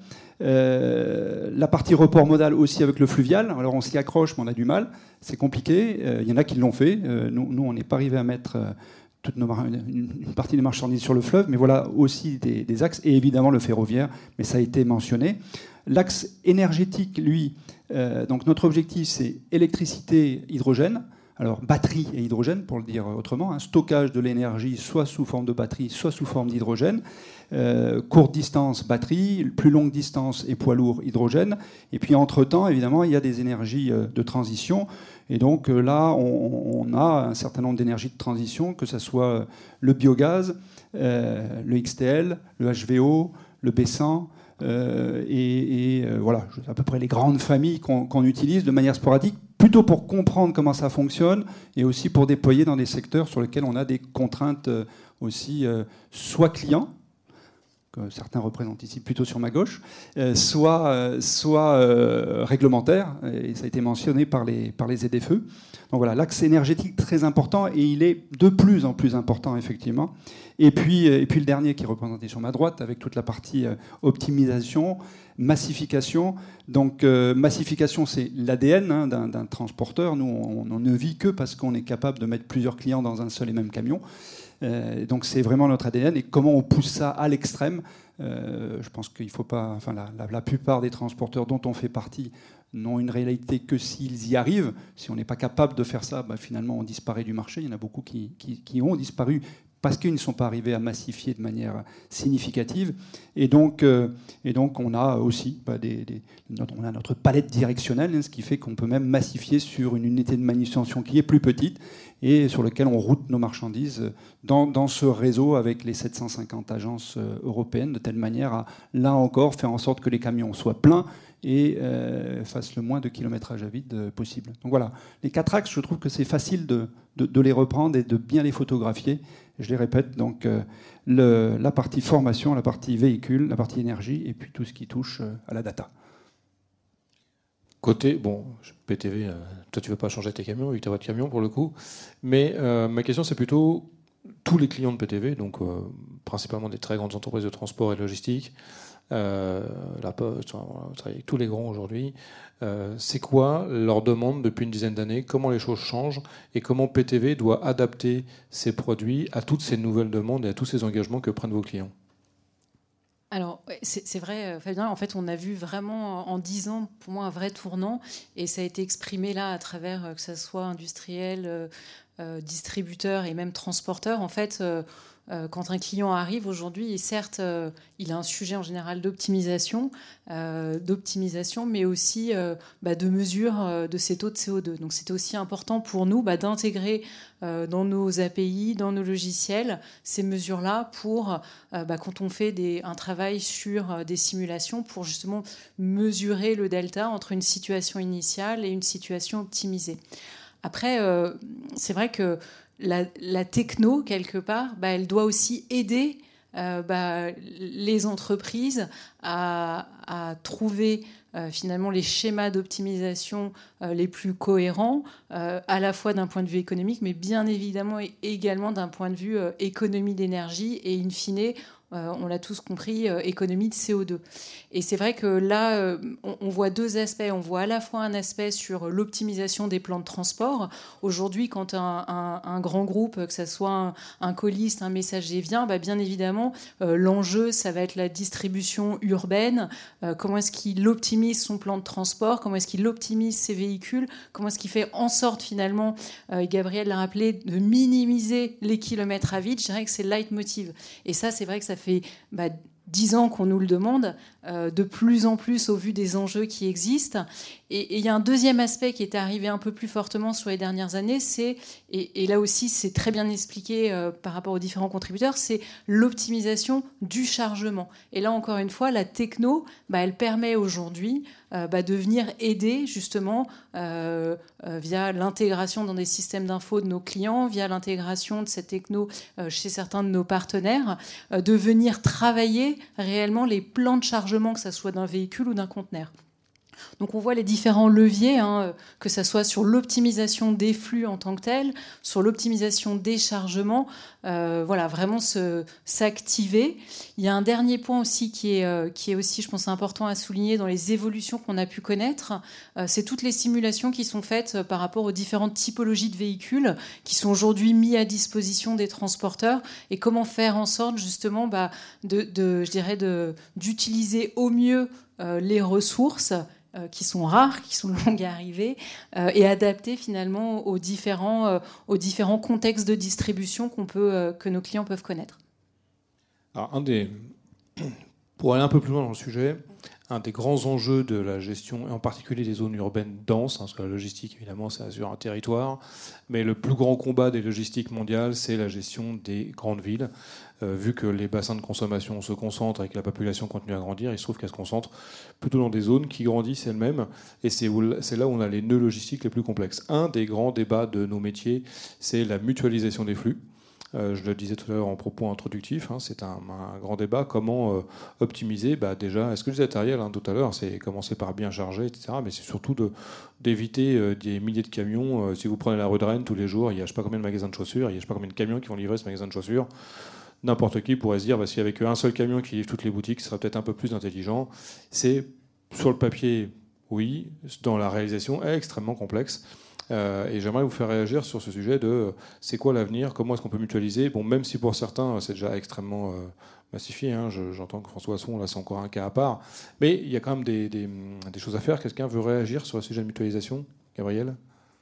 Euh, la partie report modal aussi avec le fluvial, alors on s'y accroche mais on a du mal, c'est compliqué, il euh, y en a qui l'ont fait, euh, nous, nous on n'est pas arrivé à mettre euh, toute nos mar- une, une partie des marchandises sur le fleuve, mais voilà aussi des, des axes, et évidemment le ferroviaire, mais ça a été mentionné. L'axe énergétique, lui, euh, donc notre objectif c'est électricité, hydrogène. Alors, batterie et hydrogène, pour le dire autrement, un stockage de l'énergie soit sous forme de batterie, soit sous forme d'hydrogène. Euh, courte distance, batterie, plus longue distance et poids lourd, hydrogène. Et puis, entre-temps, évidemment, il y a des énergies de transition. Et donc, là, on, on a un certain nombre d'énergies de transition, que ce soit le biogaz, euh, le X T L, le H V O, le B cent... Euh, et, et euh, voilà, à peu près les grandes familles qu'on, qu'on utilise de manière sporadique, plutôt pour comprendre comment ça fonctionne et aussi pour déployer dans des secteurs sur lesquels on a des contraintes euh, aussi, euh, soit clients, que certains représentent ici plutôt sur ma gauche, euh, soit, euh, soit euh, réglementaires, et ça a été mentionné par les, par les Z F E. Donc voilà, l'axe énergétique très important, et il est de plus en plus important, effectivement. Et puis, et puis le dernier qui est représenté sur ma droite, avec toute la partie euh, optimisation, massification. Donc euh, massification, c'est l'A D N hein, d'un, d'un transporteur. Nous, on, on ne vit que parce qu'on est capable de mettre plusieurs clients dans un seul et même camion. Euh, donc c'est vraiment notre A D N. Et comment on pousse ça à l'extrême, euh, je pense qu'il faut pas... Enfin, la, la, la plupart des transporteurs dont on fait partie n'ont une réalité que s'ils y arrivent. Si on n'est pas capable de faire ça, bah, finalement, on disparaît du marché. Il y en a beaucoup qui, qui, qui ont disparu parce qu'ils ne sont pas arrivés à massifier de manière significative. Et donc, euh, et donc on a aussi bah, des, des, notre, on a notre palette directionnelle, hein, ce qui fait qu'on peut même massifier sur une unité de manutention qui est plus petite et sur laquelle on route nos marchandises dans, dans ce réseau avec les sept cent cinquante agences européennes, de telle manière à, là encore, faire en sorte que les camions soient pleins et euh, fassent le moins de kilométrage à vide possible. Donc voilà, les quatre axes, je trouve que c'est facile de, de, de les reprendre et de bien les photographier. Je les répète, donc euh, le, la partie formation, la partie véhicule, la partie énergie, et puis tout ce qui touche euh, à la data. Côté, bon, P T V, euh, toi tu ne veux pas changer tes camions, avec ta voie de camion pour le coup, mais euh, ma question c'est plutôt tous les clients de P T V, donc euh, principalement des très grandes entreprises de transport et de logistique, euh, la Poste, on travaille avec tous les grands aujourd'hui. Euh, c'est quoi leur demande depuis une dizaine d'années? Comment les choses changent et comment P T V doit adapter ses produits à toutes ces nouvelles demandes et à tous ces engagements que prennent vos clients? Alors, c'est, c'est vrai, Fabien, en fait, on a vu vraiment en dix ans, pour moi, un vrai tournant, et ça a été exprimé là à travers, que ce soit industriel, euh, euh, distributeur et même transporteur. En fait, euh, euh, quand un client arrive aujourd'hui, et certes, euh, il a un sujet en général d'optimisation, euh, d'optimisation, mais aussi euh, bah, de mesure euh, de ses taux de C O deux. Donc, c'était aussi important pour nous bah, d'intégrer euh, dans nos A P I, dans nos logiciels, ces mesures-là pour, euh, bah, quand on fait des, un travail sur euh, des simulations, pour justement mesurer le delta entre une situation initiale et une situation optimisée. Après, euh, c'est vrai que la, la techno, quelque part, bah, elle doit aussi aider euh, bah, les entreprises à, à trouver euh, finalement les schémas d'optimisation euh, les plus cohérents, euh, à la fois d'un point de vue économique, mais bien évidemment et également d'un point de vue euh, économie d'énergie et in fine, Euh, on l'a tous compris, euh, économie de C O deux. Et c'est vrai que là, euh, on, on voit deux aspects. On voit à la fois un aspect sur l'optimisation des plans de transport. Aujourd'hui, quand un, un, un grand groupe, que ce soit un, un colliste, un messager vient, bah, bien évidemment, euh, l'enjeu, ça va être la distribution urbaine. Euh, comment est-ce qu'il optimise son plan de transport? Comment est-ce qu'il optimise ses véhicules? Comment est-ce qu'il fait en sorte, finalement, euh, et Gabriel l'a rappelé, de minimiser les kilomètres à vide? Je dirais que c'est le leitmotiv. Et ça, c'est vrai que ça fait bah, dix ans qu'on nous le demande, euh, de plus en plus au vu des enjeux qui existent. Et il y a un deuxième aspect qui est arrivé un peu plus fortement sur les dernières années, c'est, et, et là aussi c'est très bien expliqué euh, par rapport aux différents contributeurs, c'est l'optimisation du chargement. Et là encore une fois, la techno, bah, elle permet aujourd'hui euh, bah, de venir aider justement euh, euh, via l'intégration dans des systèmes d'info de nos clients, via l'intégration de cette techno euh, chez certains de nos partenaires, euh, de venir travailler réellement les plans de chargement, que ce soit d'un véhicule ou d'un conteneur. Donc on voit les différents leviers, hein, que ce soit sur l'optimisation des flux en tant que tel, sur l'optimisation des chargements, euh, voilà, vraiment se, s'activer. Il y a un dernier point aussi qui est, euh, qui est aussi, je pense, important à souligner dans les évolutions qu'on a pu connaître, euh, c'est toutes les simulations qui sont faites par rapport aux différentes typologies de véhicules qui sont aujourd'hui mis à disposition des transporteurs et comment faire en sorte justement bah, de, de, je dirais de, d'utiliser au mieux euh, les ressources Euh, qui sont rares, qui sont longues à arriver, euh, et adaptées finalement aux différents, euh, aux différents contextes de distribution qu'on peut, euh, que nos clients peuvent connaître. Alors, un des... Pour aller un peu plus loin dans le sujet, un des grands enjeux de la gestion, et en particulier des zones urbaines denses, hein, parce que la logistique, évidemment, ça assure un territoire, mais le plus grand combat des logistiques mondiales, c'est la gestion des grandes villes. Euh, vu que les bassins de consommation se concentrent et que la population continue à grandir, il se trouve qu'elle se concentre plutôt dans des zones qui grandissent elles-mêmes, et c'est, où, c'est là où on a les nœuds logistiques les plus complexes. Un des grands débats de nos métiers, c'est la mutualisation des flux. Euh, je le disais tout à l'heure en propos introductif, hein, c'est un, un grand débat. Comment euh, optimiser bah, déjà, est-ce que je disais Ariel hein, tout à l'heure, c'est commencer par bien charger, et cetera. Mais c'est surtout de, d'éviter euh, des milliers de camions. Euh, si vous prenez la rue de Rennes tous les jours, il y a je ne sais pas combien de magasins de chaussures, il y a je ne sais pas combien de camions qui vont livrer ce magasin de chaussures. N'importe qui pourrait se dire, bah, s'il n'y avait qu'un seul camion qui livre toutes les boutiques, ce serait peut-être un peu plus intelligent. C'est, sur le papier, oui, dans la réalisation, extrêmement complexe. Euh, et j'aimerais vous faire réagir sur ce sujet de euh, c'est quoi l'avenir, comment est-ce qu'on peut mutualiser. Bon, même si pour certains, c'est déjà extrêmement euh, massifié, hein, je, j'entends que François Asson, là, c'est encore un cas à part. Mais il y a quand même des, des, des choses à faire. Quelqu'un veut réagir sur le sujet de mutualisation? Gabriel?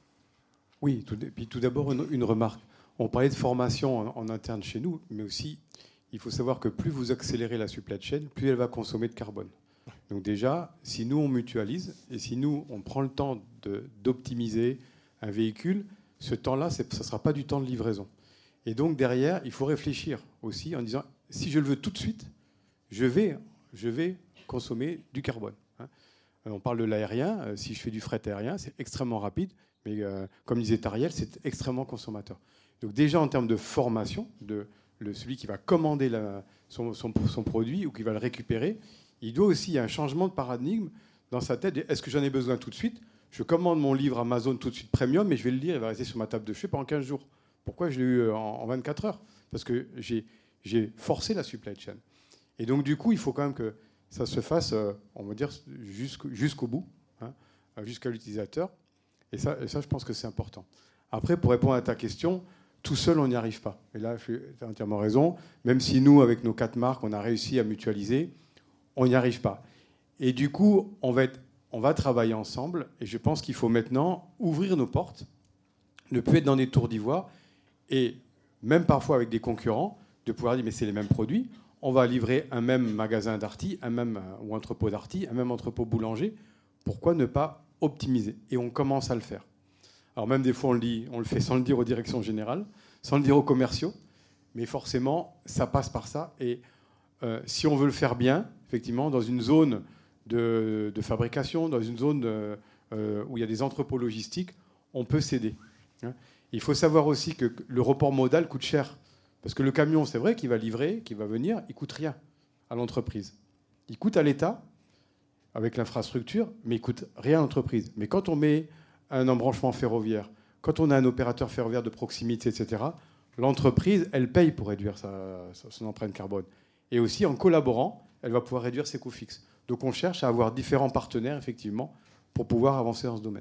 Oui, tout, puis tout d'abord, une, une remarque. On parlait de formation en, en interne chez nous, mais aussi, il faut savoir que plus vous accélérez la supply chain, plus elle va consommer de carbone. Donc déjà, si nous, on mutualise, et si nous, on prend le temps de, d'optimiser un véhicule, ce temps-là, ça ne sera pas du temps de livraison. Et donc, derrière, il faut réfléchir aussi en disant, si je le veux tout de suite, je vais, je vais consommer du carbone. Hein. On parle de l'aérien. Si je fais du fret aérien, c'est extrêmement rapide. Mais euh, comme disait Ariel, c'est extrêmement consommateur. Donc déjà, en termes de formation, de, le, celui qui va commander la, son, son, son produit ou qui va le récupérer, il doit aussi y avoir un changement de paradigme dans sa tête. Est-ce que j'en ai besoin tout de suite? Je commande mon livre Amazon tout de suite premium, mais je vais le lire, il va rester sur ma table de chevet pendant quinze jours. Pourquoi je l'ai eu en, en vingt-quatre heures? Parce que j'ai, j'ai forcé la supply chain. Et donc, du coup, il faut quand même que ça se fasse, euh, on va dire, jusqu'au, jusqu'au bout, hein, jusqu'à l'utilisateur. Et ça, et ça, je pense que c'est important. Après, pour répondre à ta question, tout seul, on n'y arrive pas. Et là, tu as entièrement raison. Même si nous, avec nos quatre marques, on a réussi à mutualiser, on n'y arrive pas. Et du coup, on va, être, on va travailler ensemble. Et je pense qu'il faut maintenant ouvrir nos portes, ne plus être dans des tours d'ivoire, et même parfois avec des concurrents, de pouvoir dire, mais c'est les mêmes produits. On va livrer un même magasin Darty, un même ou entrepôt Darty, un même entrepôt boulanger. Pourquoi ne pas optimiser? Et on commence à le faire. Alors même des fois, on le dit, on le fait sans le dire aux directions générales, sans le dire aux commerciaux, mais forcément, ça passe par ça. Et euh, si on veut le faire bien, effectivement, dans une zone de, de fabrication, dans une zone de, euh, où il y a des entrepôts logistiques, on peut céder. Hein. Il faut savoir aussi que le report modal coûte cher. Parce que le camion, c'est vrai qu'il va livrer, qu'il va venir, il ne coûte rien à l'entreprise. Il coûte à l'État avec l'infrastructure, mais il ne coûte rien à l'entreprise. Mais quand on met un embranchement ferroviaire, quand on a un opérateur ferroviaire de proximité, et cetera, l'entreprise, elle paye pour réduire sa, son empreinte carbone. Et aussi, en collaborant, elle va pouvoir réduire ses coûts fixes. Donc on cherche à avoir différents partenaires, effectivement, pour pouvoir avancer dans ce domaine.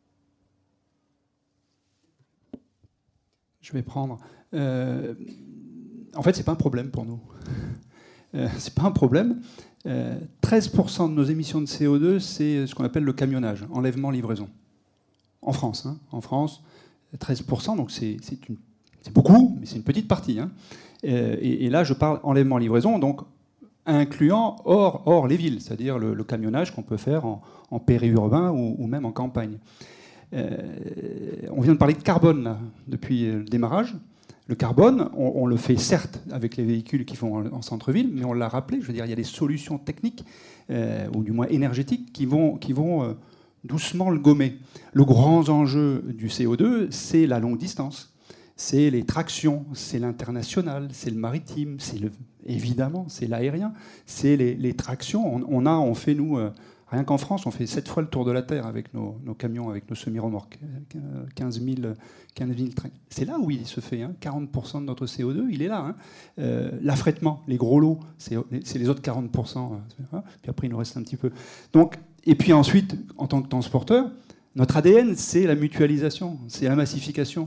Je vais prendre... Euh, en fait, ce n'est pas un problème pour nous. Euh, ce n'est pas un problème. Euh, treize pour cent de nos émissions de C O deux, c'est ce qu'on appelle le camionnage, enlèvement-livraison. En France. Hein. En France, treize pour cent, donc c'est, c'est, une, c'est beaucoup, mais c'est une petite partie. Hein. Euh, et, et là, je parle enlèvement-livraison, donc incluant hors, hors les villes, c'est-à-dire le, le camionnage qu'on peut faire en, en périurbain ou, ou même en campagne. Euh, on vient de parler de carbone là, depuis le démarrage. Le carbone, on, on le fait certes avec les véhicules qui vont en, en centre-ville, mais on l'a rappelé, je veux dire, il y a des solutions techniques, euh, ou du moins énergétiques, qui vont, qui vont euh, doucement le gommer. Le grand enjeu du C O deux, c'est la longue distance, c'est les tractions, c'est l'international, c'est le maritime, c'est le, évidemment, c'est l'aérien, c'est les, les tractions. On, on a, on fait nous... Euh, Rien qu'en France, on fait sept fois le tour de la Terre avec nos, nos camions, avec nos semi-remorques. quinze mille trains. C'est là où il se fait. Hein. quarante pour cent de notre C O deux, il est là. Hein. Euh, l'affrètement, les gros lots, c'est, c'est les autres quarante pour cent. Hein. Puis après, il nous reste un petit peu. Donc, et puis ensuite, en tant que transporteur, notre A D N, c'est la mutualisation, c'est la massification.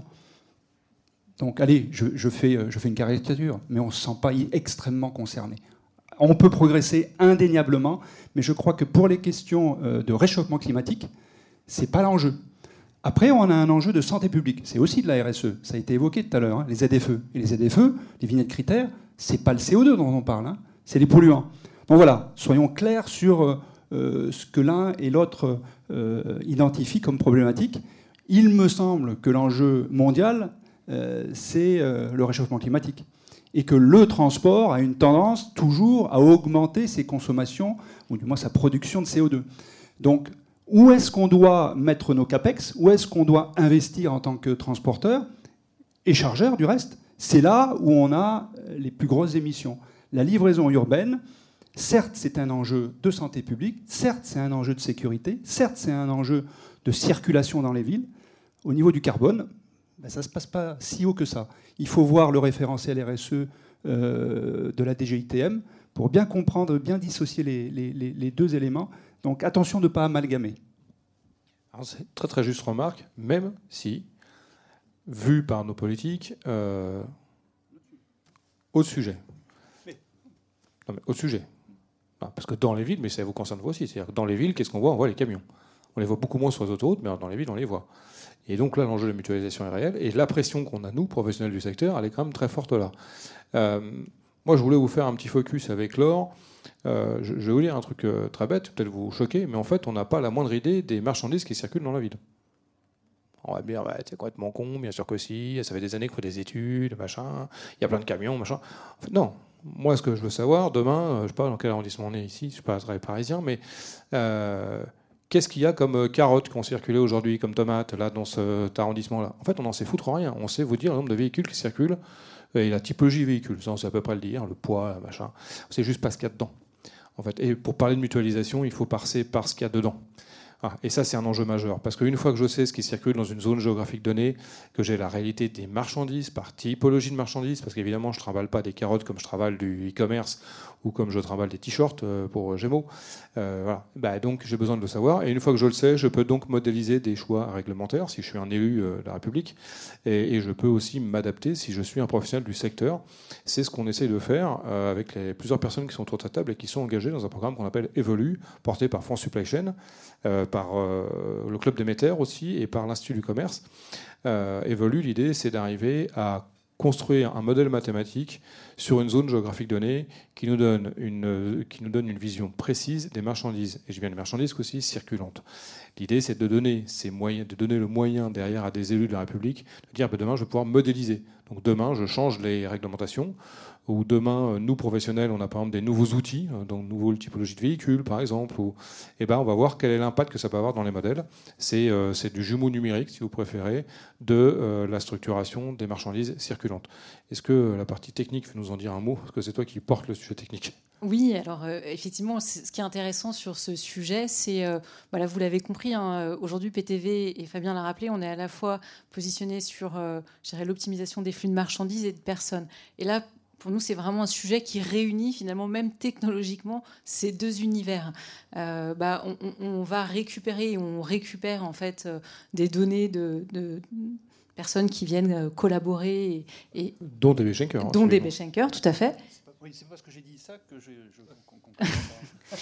Donc, allez, je, je, fais, je fais une caricature, mais on ne se sent pas extrêmement concerné. On peut progresser indéniablement, mais je crois que pour les questions de réchauffement climatique, ce n'est pas l'enjeu. Après, on a un enjeu de santé publique. C'est aussi de la R S E. Ça a été évoqué tout à l'heure, hein, les Z F E. Et les Z F E, les vignettes critères, ce n'est pas le C O deux dont on parle, hein, c'est les polluants. Donc voilà, soyons clairs sur euh, ce que l'un et l'autre euh, identifient comme problématique. Il me semble que l'enjeu mondial, euh, c'est euh, le réchauffement climatique. Et que le transport a une tendance toujours à augmenter ses consommations, ou du moins sa production de C O deux. Donc, où est-ce qu'on doit mettre nos capex? Où est-ce qu'on doit investir en tant que transporteur et chargeur, du reste? C'est là où on a les plus grosses émissions. La livraison urbaine, certes, c'est un enjeu de santé publique, certes, c'est un enjeu de sécurité, certes, c'est un enjeu de circulation dans les villes. Au niveau du carbone, ben, ça ne se passe pas si haut que ça. Il faut voir le référentiel R S E euh, de la D G I T M pour bien comprendre, bien dissocier les, les, les deux éléments. Donc attention de ne pas amalgamer. Alors, c'est très très juste remarque, même si, vu par nos politiques, euh, autre sujet. Non, mais autre sujet. Non, parce que dans les villes, mais ça vous concerne vous aussi, c'est-à-dire que dans les villes, qu'est-ce qu'on voit? On voit les camions. On les voit beaucoup moins sur les autoroutes, mais dans les villes, on les voit. Et donc là, l'enjeu de la mutualisation est réel. Et la pression qu'on a, nous, professionnels du secteur, elle est quand même très forte là. Euh, moi, je voulais vous faire un petit focus avec Laure. Euh, je, je vais vous dire un truc euh, très bête, peut-être vous choquer, mais en fait, on n'a pas la moindre idée des marchandises qui circulent dans la ville. On va dire, ouais, c'est complètement con, bien sûr que si, ça fait des années qu'il faut des études, machin, il y a plein de camions, machin. En fait, non. Moi, ce que je veux savoir, demain, je ne sais pas dans quel arrondissement on est ici, je ne suis pas très parisien, mais... Euh, Qu'est-ce qu'il y a comme carottes qui ont circulé aujourd'hui, comme tomates, là, dans cet arrondissement-là? En fait, on n'en sait foutre rien. On sait vous dire le nombre de véhicules qui circulent et la typologie des véhicules. Ça, on sait à peu près le dire, le poids, le machin. C'est juste pas ce qu'il y a dedans. En fait. Et pour parler de mutualisation, il faut passer par ce qu'il y a dedans. Ah, et ça, c'est un enjeu majeur. Parce qu'une fois que je sais ce qui circule dans une zone géographique donnée, que j'ai la réalité des marchandises par typologie de marchandises, parce qu'évidemment, je ne trimballe pas des carottes comme je trimballe du e-commerce ou comme je trimballe des t-shirts pour Gémeaux. Euh, voilà. Bah, donc, j'ai besoin de le savoir. Et une fois que je le sais, je peux donc modéliser des choix réglementaires si je suis un élu de la République. Et, et je peux aussi m'adapter si je suis un professionnel du secteur. C'est ce qu'on essaye de faire euh, avec les, plusieurs personnes qui sont autour de la table et qui sont engagées dans un programme qu'on appelle Evolu, porté par France Supply Chain, euh, par euh, le Club Déméter aussi et par l'Institut du Commerce. Euh, Evolu, l'idée, c'est d'arriver à construire un modèle mathématique sur une zone géographique donnée qui nous donne une, qui nous donne une vision précise des marchandises. Et je dis bien des marchandises aussi circulantes. L'idée, c'est de donner, ces moyens, de donner le moyen derrière à des élus de la République de dire ben demain, je vais pouvoir modéliser. Donc demain, je change les réglementations. Ou demain, nous, professionnels, on a par exemple des nouveaux outils, donc de nouvelles typologies de véhicules, par exemple. Ou, eh ben, on va voir quel est l'impact que ça peut avoir dans les modèles. C'est, euh, c'est du jumeau numérique, si vous préférez, de euh, la structuration des marchandises circulantes. Est-ce que la partie technique veut nous en dire un mot? Parce que c'est toi qui portes le sujet technique. Oui, alors euh, effectivement, ce qui est intéressant sur ce sujet, c'est, euh, voilà, vous l'avez compris, hein, aujourd'hui P T V, et Fabien l'a rappelé, on est à la fois positionné sur euh, je dirais, l'optimisation des flux de marchandises et de personnes. Et là, pour nous, c'est vraiment un sujet qui réunit finalement, même technologiquement, ces deux univers. Euh, bah, on, on, on va récupérer, on récupère en fait euh, des données de, de personnes qui viennent collaborer. Et, et dont D B Schenker. Dont D B Schenker, tout à fait. Oui, c'est parce que j'ai dit ça que je ne comprends pas.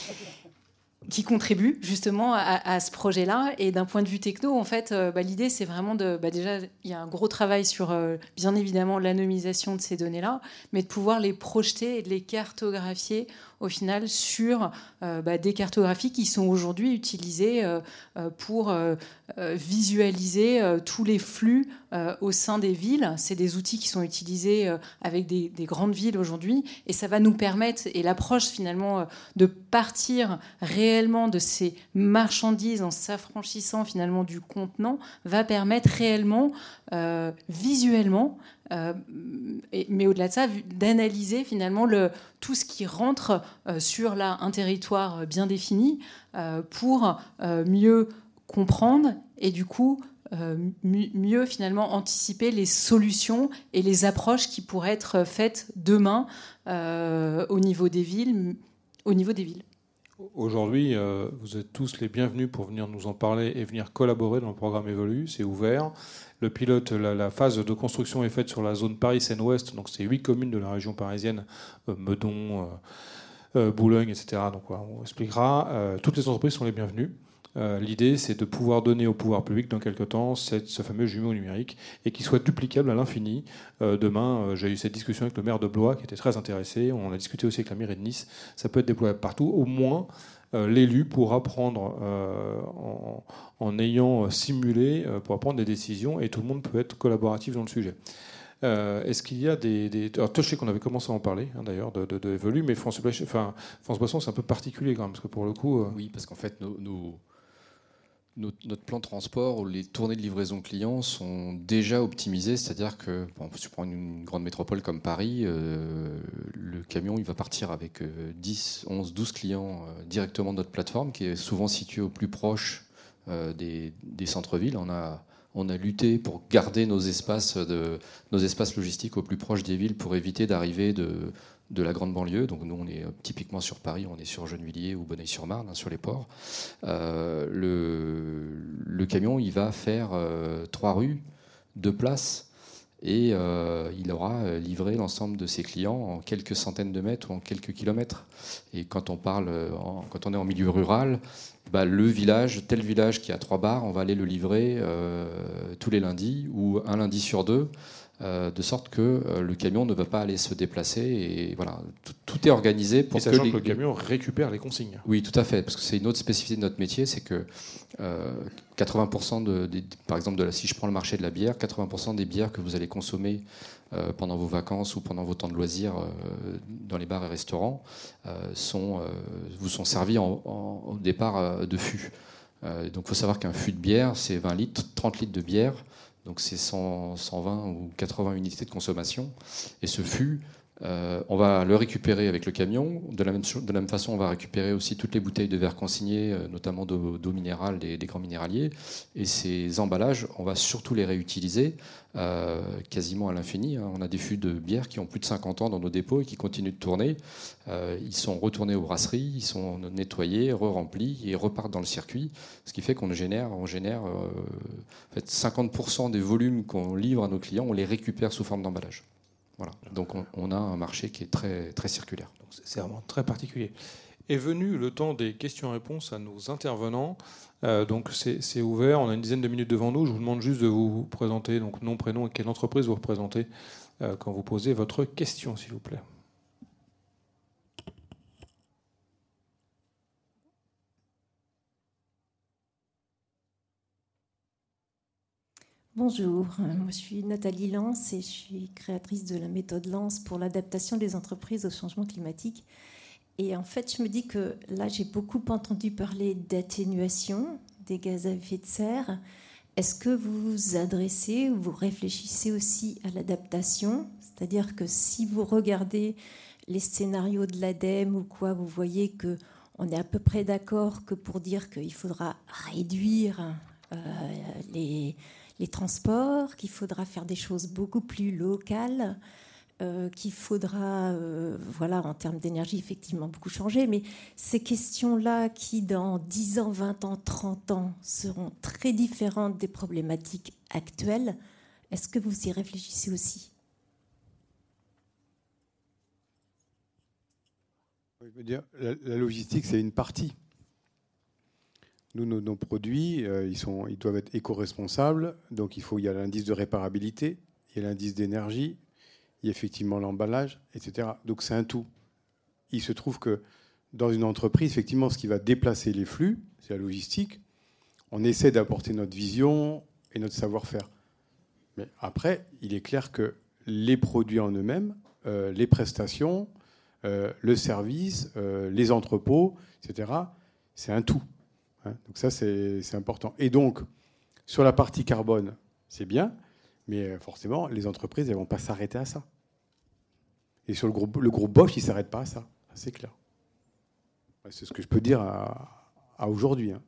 Qui contribuent justement à, à ce projet-là. Et d'un point de vue techno, en fait, euh, bah, l'idée, c'est vraiment de... Bah, déjà, il y a un gros travail sur, euh, bien évidemment, l'anonymisation de ces données-là, mais de pouvoir les projeter et de les cartographier, au final, sur euh, bah, des cartographies qui sont aujourd'hui utilisées euh, pour euh, visualiser euh, tous les flux euh, au sein des villes. C'est des outils qui sont utilisés euh, avec des, des grandes villes aujourd'hui, et ça va nous permettre, et l'approche, finalement, euh, de partir réellement de ces marchandises en s'affranchissant finalement du contenant va permettre réellement, euh, visuellement, euh, et, mais au-delà de ça, d'analyser finalement le, tout ce qui rentre euh, sur là, un territoire bien défini euh, pour euh, mieux comprendre et du coup euh, mieux finalement anticiper les solutions et les approches qui pourraient être faites demain euh, au niveau des villes, au niveau des villes. Aujourd'hui, euh, vous êtes tous les bienvenus pour venir nous en parler et venir collaborer dans le programme Évolue. C'est ouvert. Le pilote, la, la phase de construction est faite sur la zone Paris-Seine-Ouest. Donc, c'est huit communes de la région parisienne, euh, Meudon, euh, euh, Boulogne, et cetera. Donc, voilà, on expliquera. Euh, toutes les entreprises sont les bienvenues. Euh, l'idée, c'est de pouvoir donner au pouvoir public dans quelques temps cette, ce fameux jumeau numérique et qu'il soit duplicable à l'infini. Euh, demain, euh, j'ai eu cette discussion avec le maire de Blois qui était très intéressé. On a discuté aussi avec la mairie de Nice. Ça peut être déployable partout. Au moins, euh, l'élu pourra prendre euh, en, en ayant simulé, euh, pourra prendre des décisions et tout le monde peut être collaboratif dans le sujet. Euh, est-ce qu'il y a des... des... Alors, je sais qu'on avait commencé à en parler, hein, d'ailleurs, de, de, de Évolue, mais France, enfin, France Boisson, c'est un peu particulier quand même, parce que pour le coup... Euh... Oui, parce qu'en fait, nos... nos... Notre, notre plan de transport ou les tournées de livraison clients sont déjà optimisées, c'est-à-dire que, bon, si on prend une grande métropole comme Paris, euh, le camion il va partir avec euh, dix, onze, douze clients euh, directement de notre plateforme, qui est souvent située au plus proche euh, des, des centres-villes. On a, on a lutté pour garder nos espaces, de, nos espaces logistiques au plus proche des villes pour éviter d'arriver de... de la grande banlieue. Donc nous, on est typiquement sur Paris, on est sur Gennevilliers ou Bonneuil-sur-Marne, hein, sur les ports. Euh, le, le camion, il va faire euh, trois rues, deux places, et euh, il aura livré l'ensemble de ses clients en quelques centaines de mètres ou en quelques kilomètres. Et quand on parle, en, quand on est en milieu rural, bah, le village, tel village qui a trois bars, on va aller le livrer euh, tous les lundis ou un lundi sur deux. Euh, de sorte que euh, le camion ne va pas aller se déplacer et voilà, tout, tout est organisé pour et sachant que, les... que le camion récupère les consignes. Oui, tout à fait, parce que c'est une autre spécificité de notre métier, c'est que euh, quatre-vingts pour cent de, de, par exemple, de la, si je prends le marché de la bière, quatre-vingts pour cent des bières que vous allez consommer euh, pendant vos vacances ou pendant vos temps de loisirs euh, dans les bars et restaurants euh, sont, euh, vous sont servis en, en, au départ euh, de fûts. Euh, donc, il faut savoir qu'un fût de bière, c'est vingt litres, trente litres de bière. Donc c'est cent, cent vingt ou quatre-vingts unités de consommation. Et ce fût, euh, on va le récupérer avec le camion. De la, même, de la même façon, on va récupérer aussi toutes les bouteilles de verre consignées, euh, notamment d'eau, d'eau minérale des, des grands minéraliers. Et ces emballages, on va surtout les réutiliser euh, quasiment à l'infini. Hein. On a des fûts de bière qui ont plus de cinquante ans dans nos dépôts et qui continuent de tourner. Euh, ils sont retournés aux brasseries, ils sont nettoyés, re-remplis et repartent dans le circuit. Ce qui fait qu'on génère, on génère euh, en fait, cinquante pour cent des volumes qu'on livre à nos clients, on les récupère sous forme d'emballage. Voilà. Donc on, on a un marché qui est très, très circulaire. Donc c'est vraiment très particulier. Est venu le temps des questions-réponses à nos intervenants. Euh, donc c'est, c'est ouvert, on a une dizaine de minutes devant nous. Je vous demande juste de vous présenter, donc nom, prénom et quelle entreprise vous représentez euh, quand vous posez votre question, s'il vous plaît. Bonjour, moi je suis Nathalie Lance et je suis créatrice de la méthode Lance pour l'adaptation des entreprises au changement climatique. Et en fait, je me dis que là, j'ai beaucoup entendu parler d'atténuation des gaz à effet de serre. Est-ce que vous vous adressez ou vous réfléchissez aussi à l'adaptation, C'est-à-dire que si vous regardez les scénarios de l'ADEME ou quoi, vous voyez qu'on est à peu près d'accord que pour dire qu'il faudra réduire euh, les, les transports, qu'il faudra faire des choses beaucoup plus locales, euh, qu'il faudra, euh, voilà, en termes d'énergie, effectivement, beaucoup changer. Mais ces questions-là qui, dans dix ans, vingt ans, trente ans, seront très différentes des problématiques actuelles, est-ce que vous y réfléchissez aussi ? Je veux dire, la, la logistique, c'est une partie. Nous, nos, nos produits, euh, ils, sont, ils doivent être éco-responsables. Donc, il faut, il y a l'indice de réparabilité, il y a l'indice d'énergie, il y a effectivement l'emballage, et cetera. Donc, c'est un tout. Il se trouve que dans une entreprise, effectivement, ce qui va déplacer les flux, c'est la logistique. On essaie d'apporter notre vision et notre savoir-faire. Mais après, il est clair que les produits en eux-mêmes, euh, les prestations, euh, le service, euh, les entrepôts, et cetera, c'est un tout. Hein. Donc ça, c'est, c'est important. Et donc, sur la partie carbone, c'est bien, mais forcément, les entreprises, elles ne vont pas s'arrêter à ça. Et sur le groupe, le groupe Bosch, il ne s'arrête pas à ça. Ça, c'est clair. C'est ce que je peux dire à, à aujourd'hui. Hein.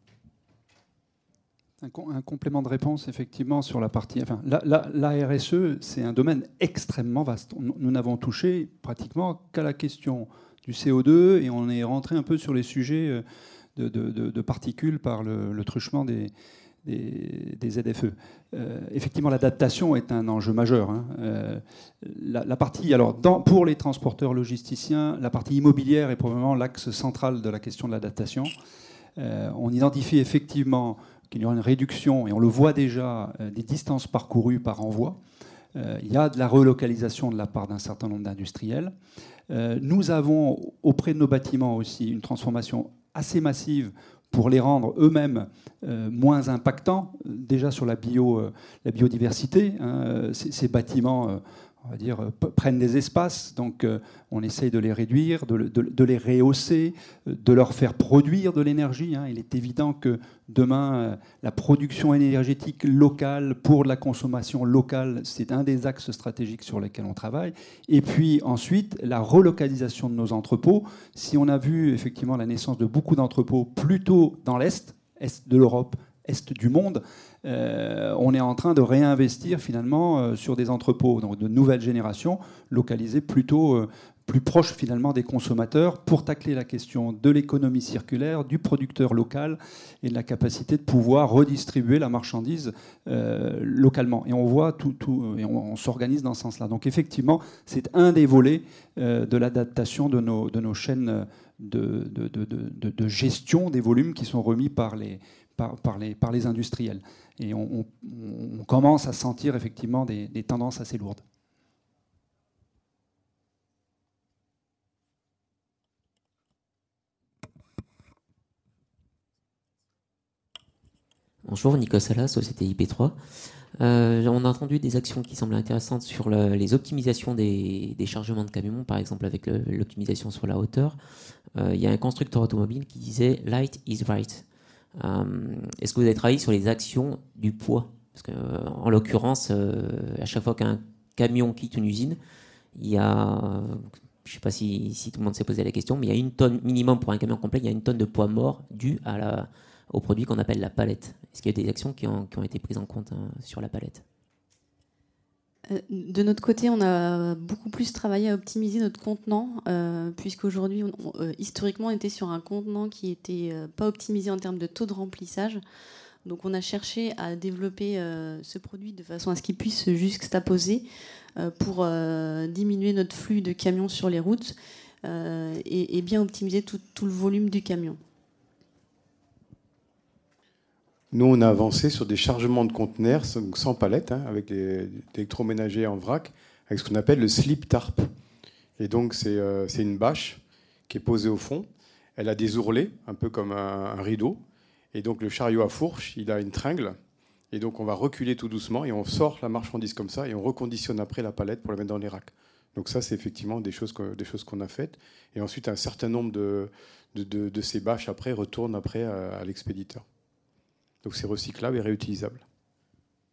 Un, un complément de réponse, effectivement, sur la partie... Enfin, la, la, la R S E, c'est un domaine extrêmement vaste. Nous n'avons touché pratiquement qu'à la question du C O deux et on est rentré un peu sur les sujets de, de, de, de particules par le, le truchement des, des, des Z F E. Euh, effectivement, l'adaptation est un enjeu majeur. Hein. Euh, la, la partie, alors, dans, pour les transporteurs logisticiens, la partie immobilière est probablement l'axe central de la question de l'adaptation. Euh, on identifie effectivement qu'il y aura une réduction, et on le voit déjà, euh, des distances parcourues par envoi. Euh, il y a de la relocalisation de la part d'un certain nombre d'industriels. Euh, nous avons, auprès de nos bâtiments aussi, une transformation assez massive pour les rendre eux-mêmes euh, moins impactants, déjà sur la, bio, euh, la biodiversité. Hein, ces, ces bâtiments, euh, on va dire, p- prennent des espaces, donc euh, on essaye de les réduire, de, de, de les rehausser, de leur faire produire de l'énergie. Hein. Il est évident que demain, euh, la production énergétique locale pour la consommation locale, c'est un des axes stratégiques sur lesquels on travaille. Et puis ensuite, la relocalisation de nos entrepôts. Si on a vu effectivement la naissance de beaucoup d'entrepôts plutôt dans l'Est, Est de l'Europe, Est du monde, euh, on est en train de réinvestir finalement euh, sur des entrepôts donc de nouvelle génération, localisés plutôt euh, plus proches finalement des consommateurs pour tacler la question de l'économie circulaire, du producteur local et de la capacité de pouvoir redistribuer la marchandise euh, localement. Et on voit tout, tout et on, on s'organise dans ce sens-là. Donc effectivement, c'est un des volets euh, de l'adaptation de nos, de nos chaînes de, de, de, de, de gestion des volumes qui sont remis par les Par, par, les, par les industriels. Et on, on, on commence à sentir effectivement des, des tendances assez lourdes. Bonjour, Nicolas Salas, société I P trois. Euh, on a entendu des actions qui semblent intéressantes sur le, les optimisations des, des chargements de camions, par exemple avec le, l'optimisation sur la hauteur. Euh, il y a un constructeur automobile qui disait « Light is right ». Euh, est-ce que vous avez travaillé sur les actions du poids ? Parce que, euh, en l'occurrence, euh, à chaque fois qu'un camion quitte une usine, il y a, je ne sais pas si, si tout le monde s'est posé la question, mais il y a une tonne minimum pour un camion complet, il y a une tonne de poids mort dû à la, au produit qu'on appelle la palette. Est-ce qu'il y a des actions qui ont, qui ont été prises en compte hein, sur la palette ? De notre côté, on a beaucoup plus travaillé à optimiser notre contenant, euh, puisqu'aujourd'hui, on, on, euh, historiquement, on était sur un contenant qui n'était euh, pas optimisé en termes de taux de remplissage. Donc, on a cherché à développer euh, ce produit de façon à ce qu'il puisse se juxtaposer euh, pour euh, diminuer notre flux de camions sur les routes euh, et, et bien optimiser tout, tout le volume du camion. Nous, on a avancé sur des chargements de conteneurs sans palette, hein, avec des, des électroménagers en vrac, avec ce qu'on appelle le slip tarp. Et donc, c'est, euh, c'est une bâche qui est posée au fond. Elle a des ourlets, un peu comme un, un rideau. Et donc, le chariot à fourche, il a une tringle. Et donc, on va reculer tout doucement et on sort la marchandise comme ça et on reconditionne après la palette pour la mettre dans les racks. Donc ça, c'est effectivement des choses, que, des choses qu'on a faites. Et ensuite, un certain nombre de, de, de, de ces bâches après retournent après à, à l'expéditeur. Donc c'est recyclable et réutilisable.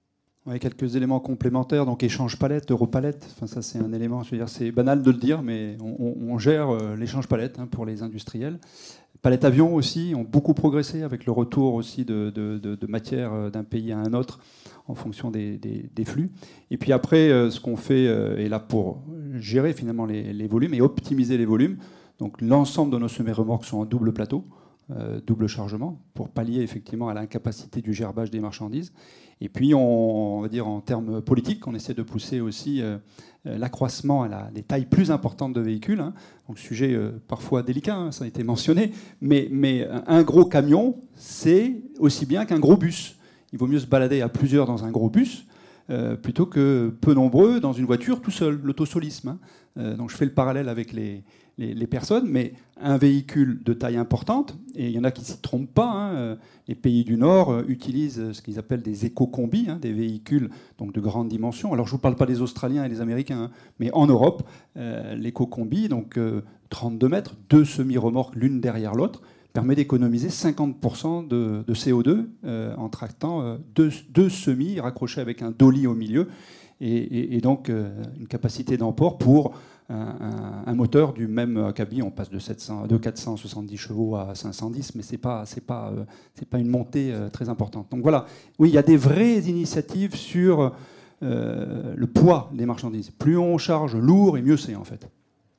Ouais, quelques éléments complémentaires, donc échange palette, Europalette, enfin ça c'est un élément, je veux dire, c'est banal de le dire, mais on, on gère euh, l'échange palette hein, pour les industriels. Palette avion aussi ont beaucoup progressé avec le retour aussi de, de, de, de matières d'un pays à un autre en fonction des, des, des flux. Et puis après, euh, ce qu'on fait euh, est là pour gérer finalement les, les volumes et optimiser les volumes. Donc l'ensemble de nos semi-remorques sont en double plateau, euh, double chargement, pour pallier effectivement à l'incapacité du gerbage des marchandises. Et puis, on, on va dire en termes politiques, on essaie de pousser aussi euh, l'accroissement à la, des tailles plus importantes de véhicules. Hein. Donc, sujet euh, parfois délicat, hein, ça a été mentionné. Mais, mais un gros camion, c'est aussi bien qu'un gros bus. Il vaut mieux se balader à plusieurs dans un gros bus euh, plutôt que peu nombreux dans une voiture tout seul, l'autosolisme. Hein. Euh, donc, je fais le parallèle avec les... Les, les personnes, mais un véhicule de taille importante, et il y en a qui ne s'y trompent pas, hein, les pays du Nord utilisent ce qu'ils appellent des éco-combis, hein, des véhicules donc de grande dimension. Alors je ne vous parle pas des Australiens et des Américains, hein, mais en Europe, euh, l'éco-combi, donc euh, trente-deux mètres, deux semi-remorques l'une derrière l'autre, permet d'économiser cinquante pour cent de, de C O deux euh, en tractant euh, deux, deux semis raccrochés avec un dolly au milieu, et, et, et donc euh, une capacité d'emport pour Un, un, un moteur du même acabit. On passe de, sept cents, de quatre cent soixante-dix chevaux à cinq cent dix, mais ce n'est pas, c'est pas, euh, c'est pas une montée euh, très importante. Donc voilà, oui, il y a des vraies initiatives sur euh, le poids des marchandises. Plus on charge lourd, et mieux c'est en fait.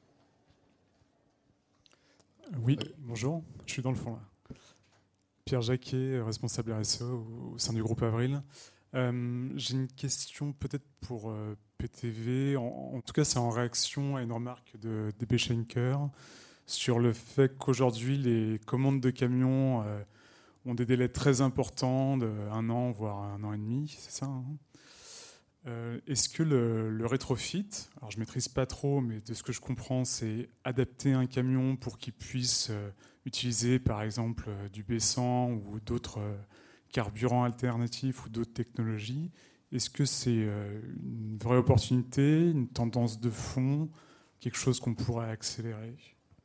Oui, bonjour, je suis dans le fond là. Pierre Jacquet, responsable R S E au sein du groupe Avril. Euh, j'ai une question peut-être pour euh, P T V. En, en tout cas, c'est en réaction à une remarque de D B Schenker sur le fait qu'aujourd'hui, les commandes de camions euh, ont des délais très importants, de un an, voire un an et demi, c'est ça hein euh, Est-ce que le, le rétrofit, alors je ne maîtrise pas trop, mais de ce que je comprends, c'est adapter un camion pour qu'il puisse euh, utiliser, par exemple, euh, du B cent ou d'autres... Euh, carburants alternatifs ou d'autres technologies. Est-ce que c'est une vraie opportunité, une tendance de fond, quelque chose qu'on pourrait accélérer ?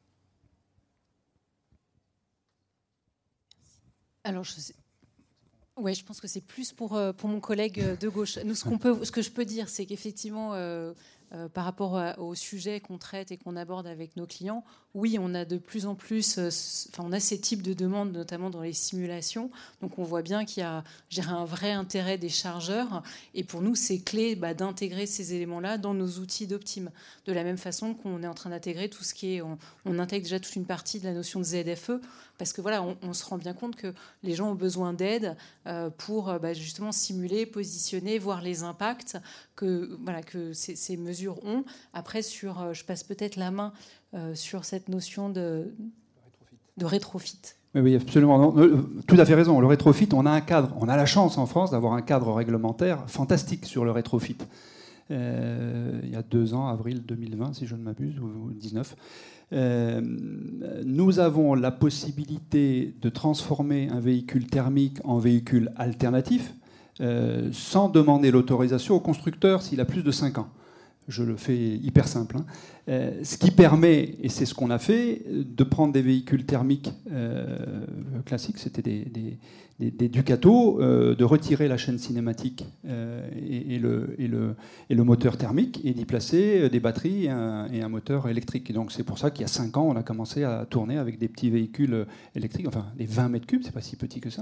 Alors, je sais... ouais, je pense que c'est plus pour, pour mon collègue de gauche. Nous, ce, qu'on peut, ce que je peux dire, c'est qu'effectivement, euh, euh, par rapport à, au sujet qu'on traite et qu'on aborde avec nos clients, oui, on a de plus en plus, euh, enfin, on a ces types de demandes, notamment dans les simulations. Donc, on voit bien qu'il y a, je dirais, un vrai intérêt des chargeurs. Et pour nous, c'est clé bah, d'intégrer ces éléments-là dans nos outils d'Optime. De la même façon qu'on est en train d'intégrer tout ce qui est, on, on intègre déjà toute une partie de la notion de Z F E, parce que voilà, on, on se rend bien compte que les gens ont besoin d'aide euh, pour bah, justement simuler, positionner, voir les impacts que voilà que ces, ces mesures ont. Après, sur, euh, je passe peut-être la main euh, sur cette notion de, de rétrofit. Oui, oui, absolument. Non, tout à fait raison. Le rétrofit, on a un cadre, on a la chance en France d'avoir un cadre réglementaire fantastique sur le rétrofit. Euh, il y a deux ans, avril deux mille vingt, si je ne m'abuse, ou dix-neuf. Euh, nous avons la possibilité de transformer un véhicule thermique en véhicule alternatif euh, sans demander l'autorisation au constructeur s'il a plus de cinq ans. Je le fais hyper simple. Hein. Euh, ce qui permet, et c'est ce qu'on a fait, de prendre des véhicules thermiques euh, classiques, c'était des, des, des, des Ducato, euh, de retirer la chaîne cinématique euh, et, et, le, et, le, et le moteur thermique et d'y placer des batteries et un, et un moteur électrique. Et donc c'est pour ça qu'il y a cinq ans, on a commencé à tourner avec des petits véhicules électriques, enfin des vingt mètres cubes, c'est pas si petit que ça,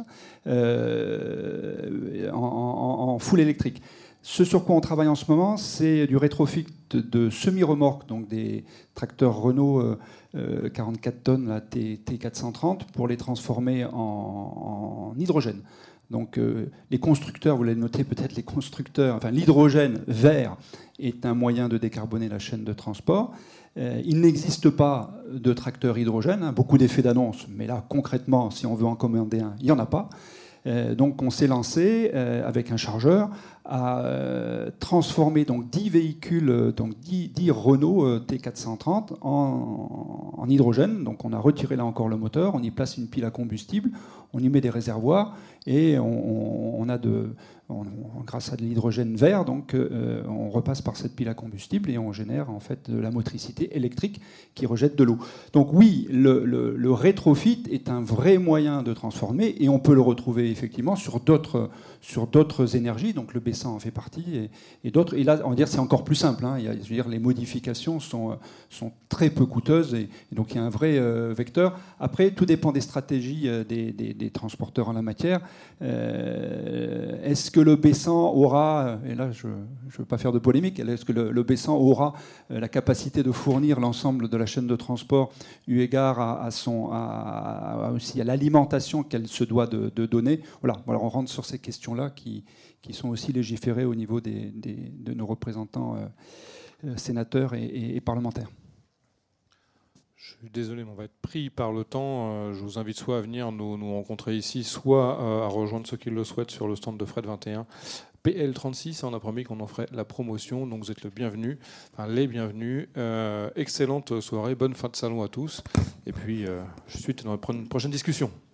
euh, en, en, en full électrique. Ce sur quoi on travaille en ce moment, c'est du rétrofit de semi-remorques, donc des tracteurs Renault euh, quarante-quatre tonnes, la T quatre cent trente, pour les transformer en, en hydrogène. Donc euh, les constructeurs, vous l'avez noté peut-être, les constructeurs, enfin l'hydrogène vert est un moyen de décarboner la chaîne de transport. Euh, il n'existe pas de tracteur hydrogène, hein, beaucoup d'effets d'annonce, mais là concrètement, si on veut en commander un, il n'y en a pas. Euh, donc on s'est lancé euh, avec un chargeur à euh, transformer donc dix véhicules, donc dix, dix Renault euh, T quatre cent trente en, en hydrogène. Donc on a retiré là encore le moteur, on y place une pile à combustible, on y met des réservoirs et on, on a de, on, on, grâce à de l'hydrogène vert, donc euh, on repasse par cette pile à combustible et on génère en fait de la motricité électrique qui rejette de l'eau. Donc oui, le, le, le rétrofit est un vrai moyen de transformer et on peut le retrouver effectivement sur d'autres sur d'autres énergies. Donc le B cent en fait partie et, et d'autres. Et là, on va dire c'est encore plus simple. Hein. Il y a, je veux dire, les modifications sont sont très peu coûteuses et, et donc il y a un vrai euh, vecteur. Après, tout dépend des stratégies euh, des, des, des transporteurs en la matière. Euh, est-ce que le B cent aura, et là je ne veux pas faire de polémique, est-ce que le, le B cent aura la capacité de fournir l'ensemble de la chaîne de transport eu égard à, à, son, à, à aussi à l'alimentation qu'elle se doit de, de donner? Voilà, voilà, on rentre sur ces questions-là qui, qui sont aussi légiférées au niveau des, des, de nos représentants euh, sénateurs et, et, et parlementaires. Je suis désolé, mais on va être pris par le temps. Je vous invite soit à venir nous, nous rencontrer ici, soit à rejoindre ceux qui le souhaitent sur le stand de Fret vingt et un. P L trente-six, on a promis qu'on en ferait la promotion, donc vous êtes le bienvenu, enfin les bienvenus. Euh, excellente soirée, bonne fin de salon à tous. Et puis, euh, je suis dans une prochaine discussion.